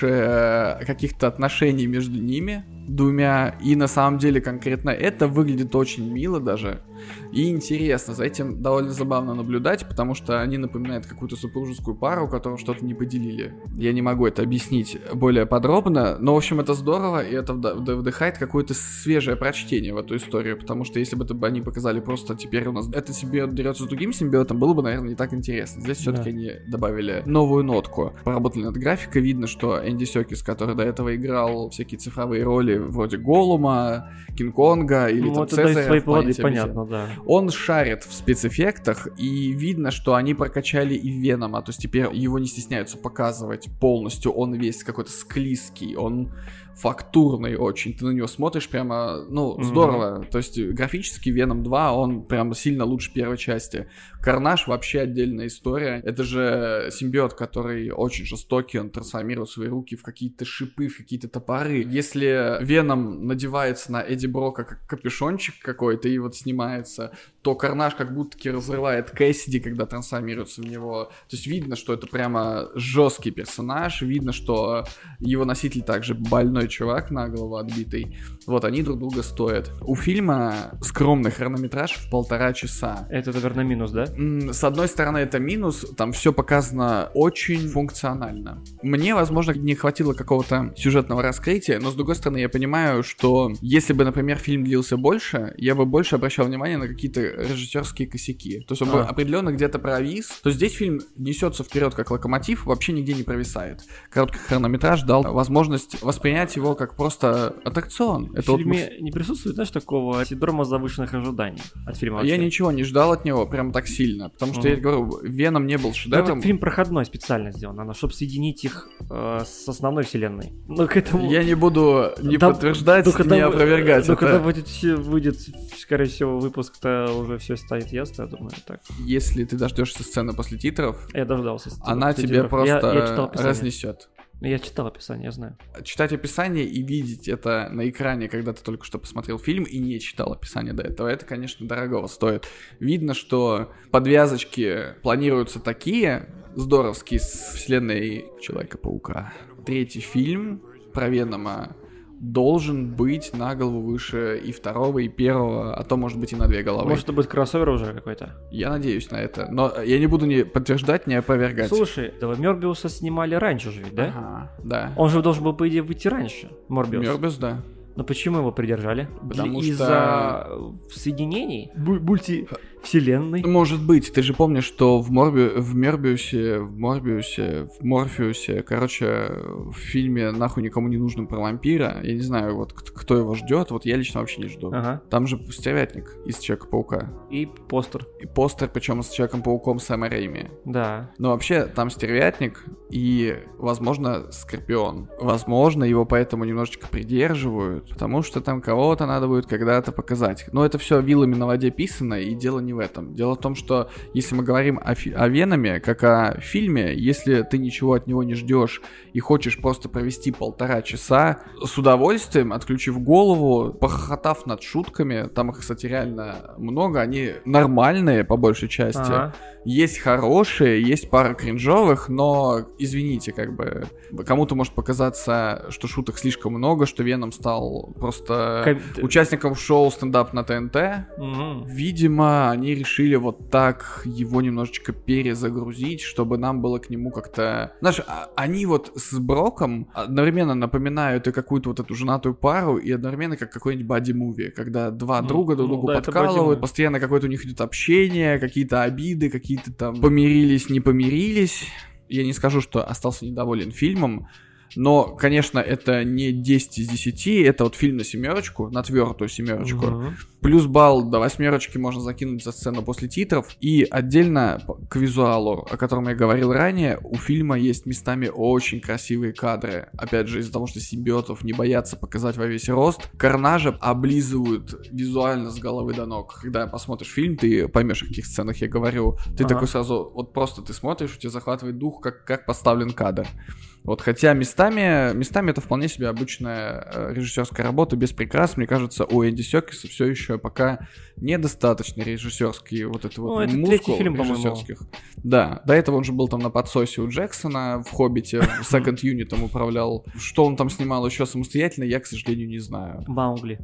больше каких-то отношений между ними 2, и на самом деле конкретно это выглядит очень мило даже и интересно. За этим довольно забавно наблюдать, потому что они напоминают какую-то супружескую пару, у которой что-то не поделили. Я не могу это объяснить более подробно, но в общем это здорово, и это вдыхает какое-то свежее прочтение в эту историю, потому что если бы они показали просто теперь у нас этот симбиот дерется с другим симбиотом, было бы, наверное, не так интересно. Здесь все-таки они добавили новую нотку. Поработали над графикой, видно, что Энди Серкис, который до этого играл всякие цифровые роли вроде Голлума, Кинг-Конга или там Цезаря.
Свои плоды, понятно, да.
Он шарит в спецэффектах, и видно, что они прокачали и Венома, то есть теперь его не стесняются показывать полностью, он весь какой-то склизкий, он фактурный очень, ты на него смотришь прямо, здорово, то есть графически Веном 2, он прям сильно лучше первой части. Карнаж вообще отдельная история, это же симбиот, который очень жестокий, он трансформирует свои руки в какие-то шипы, в какие-то топоры. Если Веном надевается на Эдди Брока как капюшончик какой-то и вот снимается, то Карнаж как будто разрывает Кэссиди, когда трансформируется в него. То есть видно, что это прямо жесткий персонаж, видно, что его носитель также больной чувак, на голову отбитый. Вот, они друг друга стоят. У фильма скромный хронометраж в 1,5 часа.
Это, наверное, минус, да?
С одной стороны, это минус, там все показано очень функционально. Мне, возможно, не хватило какого-то сюжетного раскрытия, но, с другой стороны, я понимаю, что если бы, например, фильм длился больше, я бы больше обращал внимание на какие-то режиссерские косяки. То есть он бы определенно где-то провис. То есть здесь фильм несется вперед как локомотив, вообще нигде не провисает. Короткий хронометраж дал возможность воспринять его как просто аттракцион.
В фильме не присутствует, знаешь, такого синдрома завышенных ожиданий от фильма вообще?
Я ничего не ждал от него прям так сильно, потому что, я говорю, Веном не был шедевром.
Это фильм проходной специально сделан, чтобы соединить их с основной вселенной. Но к этому...
Я не буду подтверждать, не опровергать.
Но когда выйдет, скорее всего, выпуск-то уже все станет ясно, я думаю, так.
Если ты дождешься сцены после титров,
я дождался сцены
она тебе просто разнесет.
Я читал описание, я знаю.
Читать описание и видеть это на экране, когда ты только что посмотрел фильм и не читал описание до этого, это, конечно, дорогого стоит. Видно, что подвязочки планируются такие здоровские с вселенной Человека-паука. 3-й фильм про Венома должен быть на голову выше и 2-го, и 1-го, а то, может быть, и на 2 головы.
Может, это будет кроссовер уже какой-то?
Я надеюсь на это, но я не буду ни подтверждать, ни опровергать.
Слушай, этого Мёрбиуса снимали раньше же ведь, да?
Ага, да.
Он же должен был, по идее, выйти раньше, Морбиус,
да.
Но почему его придержали?
Потому
из-за соединений? Мультивселенной?
Может быть. Ты же помнишь, что в Морфеусе, короче, в фильме «Нахуй никому не нужным» про вампира, я не знаю, вот кто его ждет, вот я лично вообще не жду.
Ага.
Там же стервятник из Человека-паука.
И постер,
причем с Человеком-пауком Сэма Рэйми.
Да.
Но вообще там стервятник и, возможно, Скорпион. Возможно, его поэтому немножечко придерживают, потому что там кого-то надо будет когда-то показать. Но это все вилами на воде писано, и дело не в этом. Дело в том, что если мы говорим о Веноме, как о фильме, если ты ничего от него не ждешь и хочешь просто провести 1,5 часа с удовольствием, отключив голову, похохотав над шутками, там их, кстати, реально много, они нормальные по большей части. Ага. Есть хорошие, есть пара кринжовых, но, извините, как бы, кому-то может показаться, что шуток слишком много, что Веном стал просто участником шоу «Стендап на ТНТ». Видимо, они решили вот так его немножечко перезагрузить, чтобы нам было к нему как-то... Знаешь, они вот с Броком одновременно напоминают и какую-то вот эту женатую пару, и одновременно как какой-нибудь бади-муви, когда два друга друг другу подкалывают, постоянно какое-то у них идет общение, какие-то обиды, какие-то там помирились, не помирились. Я не скажу, что остался недоволен фильмом, но, конечно, это не 10 из 10, это вот фильм на 7, на твердую 7. Плюс балл до 8 можно закинуть за сцену после титров. И отдельно к визуалу, о котором я говорил ранее, у фильма есть местами очень красивые кадры. Опять же, из-за того, что симбиотов не боятся показать во весь рост, Карнажа облизывают визуально с головы до ног. Когда посмотришь фильм, ты поймешь, о каких сценах я говорю. Ты такой сразу, вот просто ты смотришь, у тебя захватывает дух, как поставлен кадр. Вот, хотя местами это вполне себе обычная режиссерская работа, без прикрас. Мне кажется, у Энди Серкиса все еще пока недостаточно режиссерский вот это вот мускул режиссерских. Да, до этого он же был там на подсосе у Джексона, в «Хоббите», в Second Unit управлял. Что он там снимал еще самостоятельно, я, к сожалению, не знаю.
Маугли.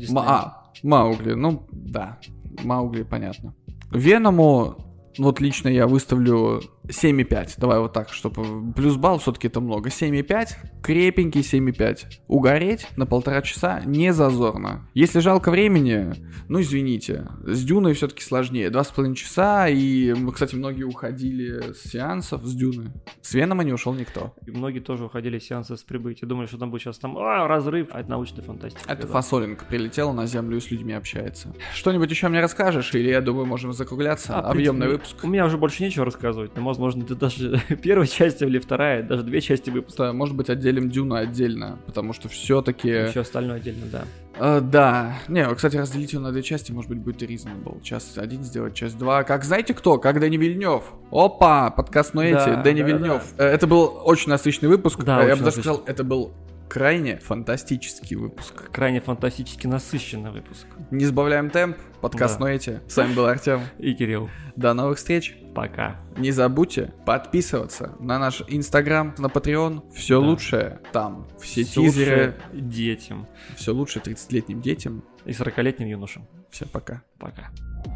Маугли, ну да, Маугли, понятно. Веному, вот лично я выставлю 7,5. Давай вот так, чтобы плюс балл все-таки это много. 7,5. Крепенький 7,5. Угореть на 1,5 часа не зазорно. Если жалко времени, ну извините. С Дюной все-таки сложнее. 2,5 часа. И, кстати, многие уходили с сеансов с Дюны. С Венома не ушел никто.
И многие тоже уходили с сеансов с прибытия. Думали, что там будет сейчас разрыв. А это научная фантастика.
Это фасолинг прилетел на Землю и с людьми общается. Что-нибудь еще мне расскажешь? Или я думаю, можем закругляться? Объемный выпуск.
У меня уже больше нечего рассказывать. Но, возможно, это даже первая часть или вторая, даже 2 части выпуска.
Может быть, отделим Дюну отдельно, потому что все-таки...
Все остальное отдельно, да.
Да. Не, кстати, разделить его на 2 части, может быть, будет reasonable. Часть 1 сделать, часть 2. Как знаете кто? Как Дэнни Вильнёв. Опа! Подкаст Дэнни Вильнёв. Да. Это был очень насыщенный выпуск. Да, я бы даже сказал, это был крайне фантастический выпуск.
Крайне фантастически насыщенный выпуск.
Не сбавляем темп. Подкаст Ноэти. С вами был Артем.
И Кирилл.
До новых встреч.
Пока.
Не забудьте подписываться на наш Инстаграм, на Patreon. Все лучшее там. Все тизеры.
Детям.
Все лучше 30-летним детям.
И 40-летним юношам.
Всем пока.
Пока.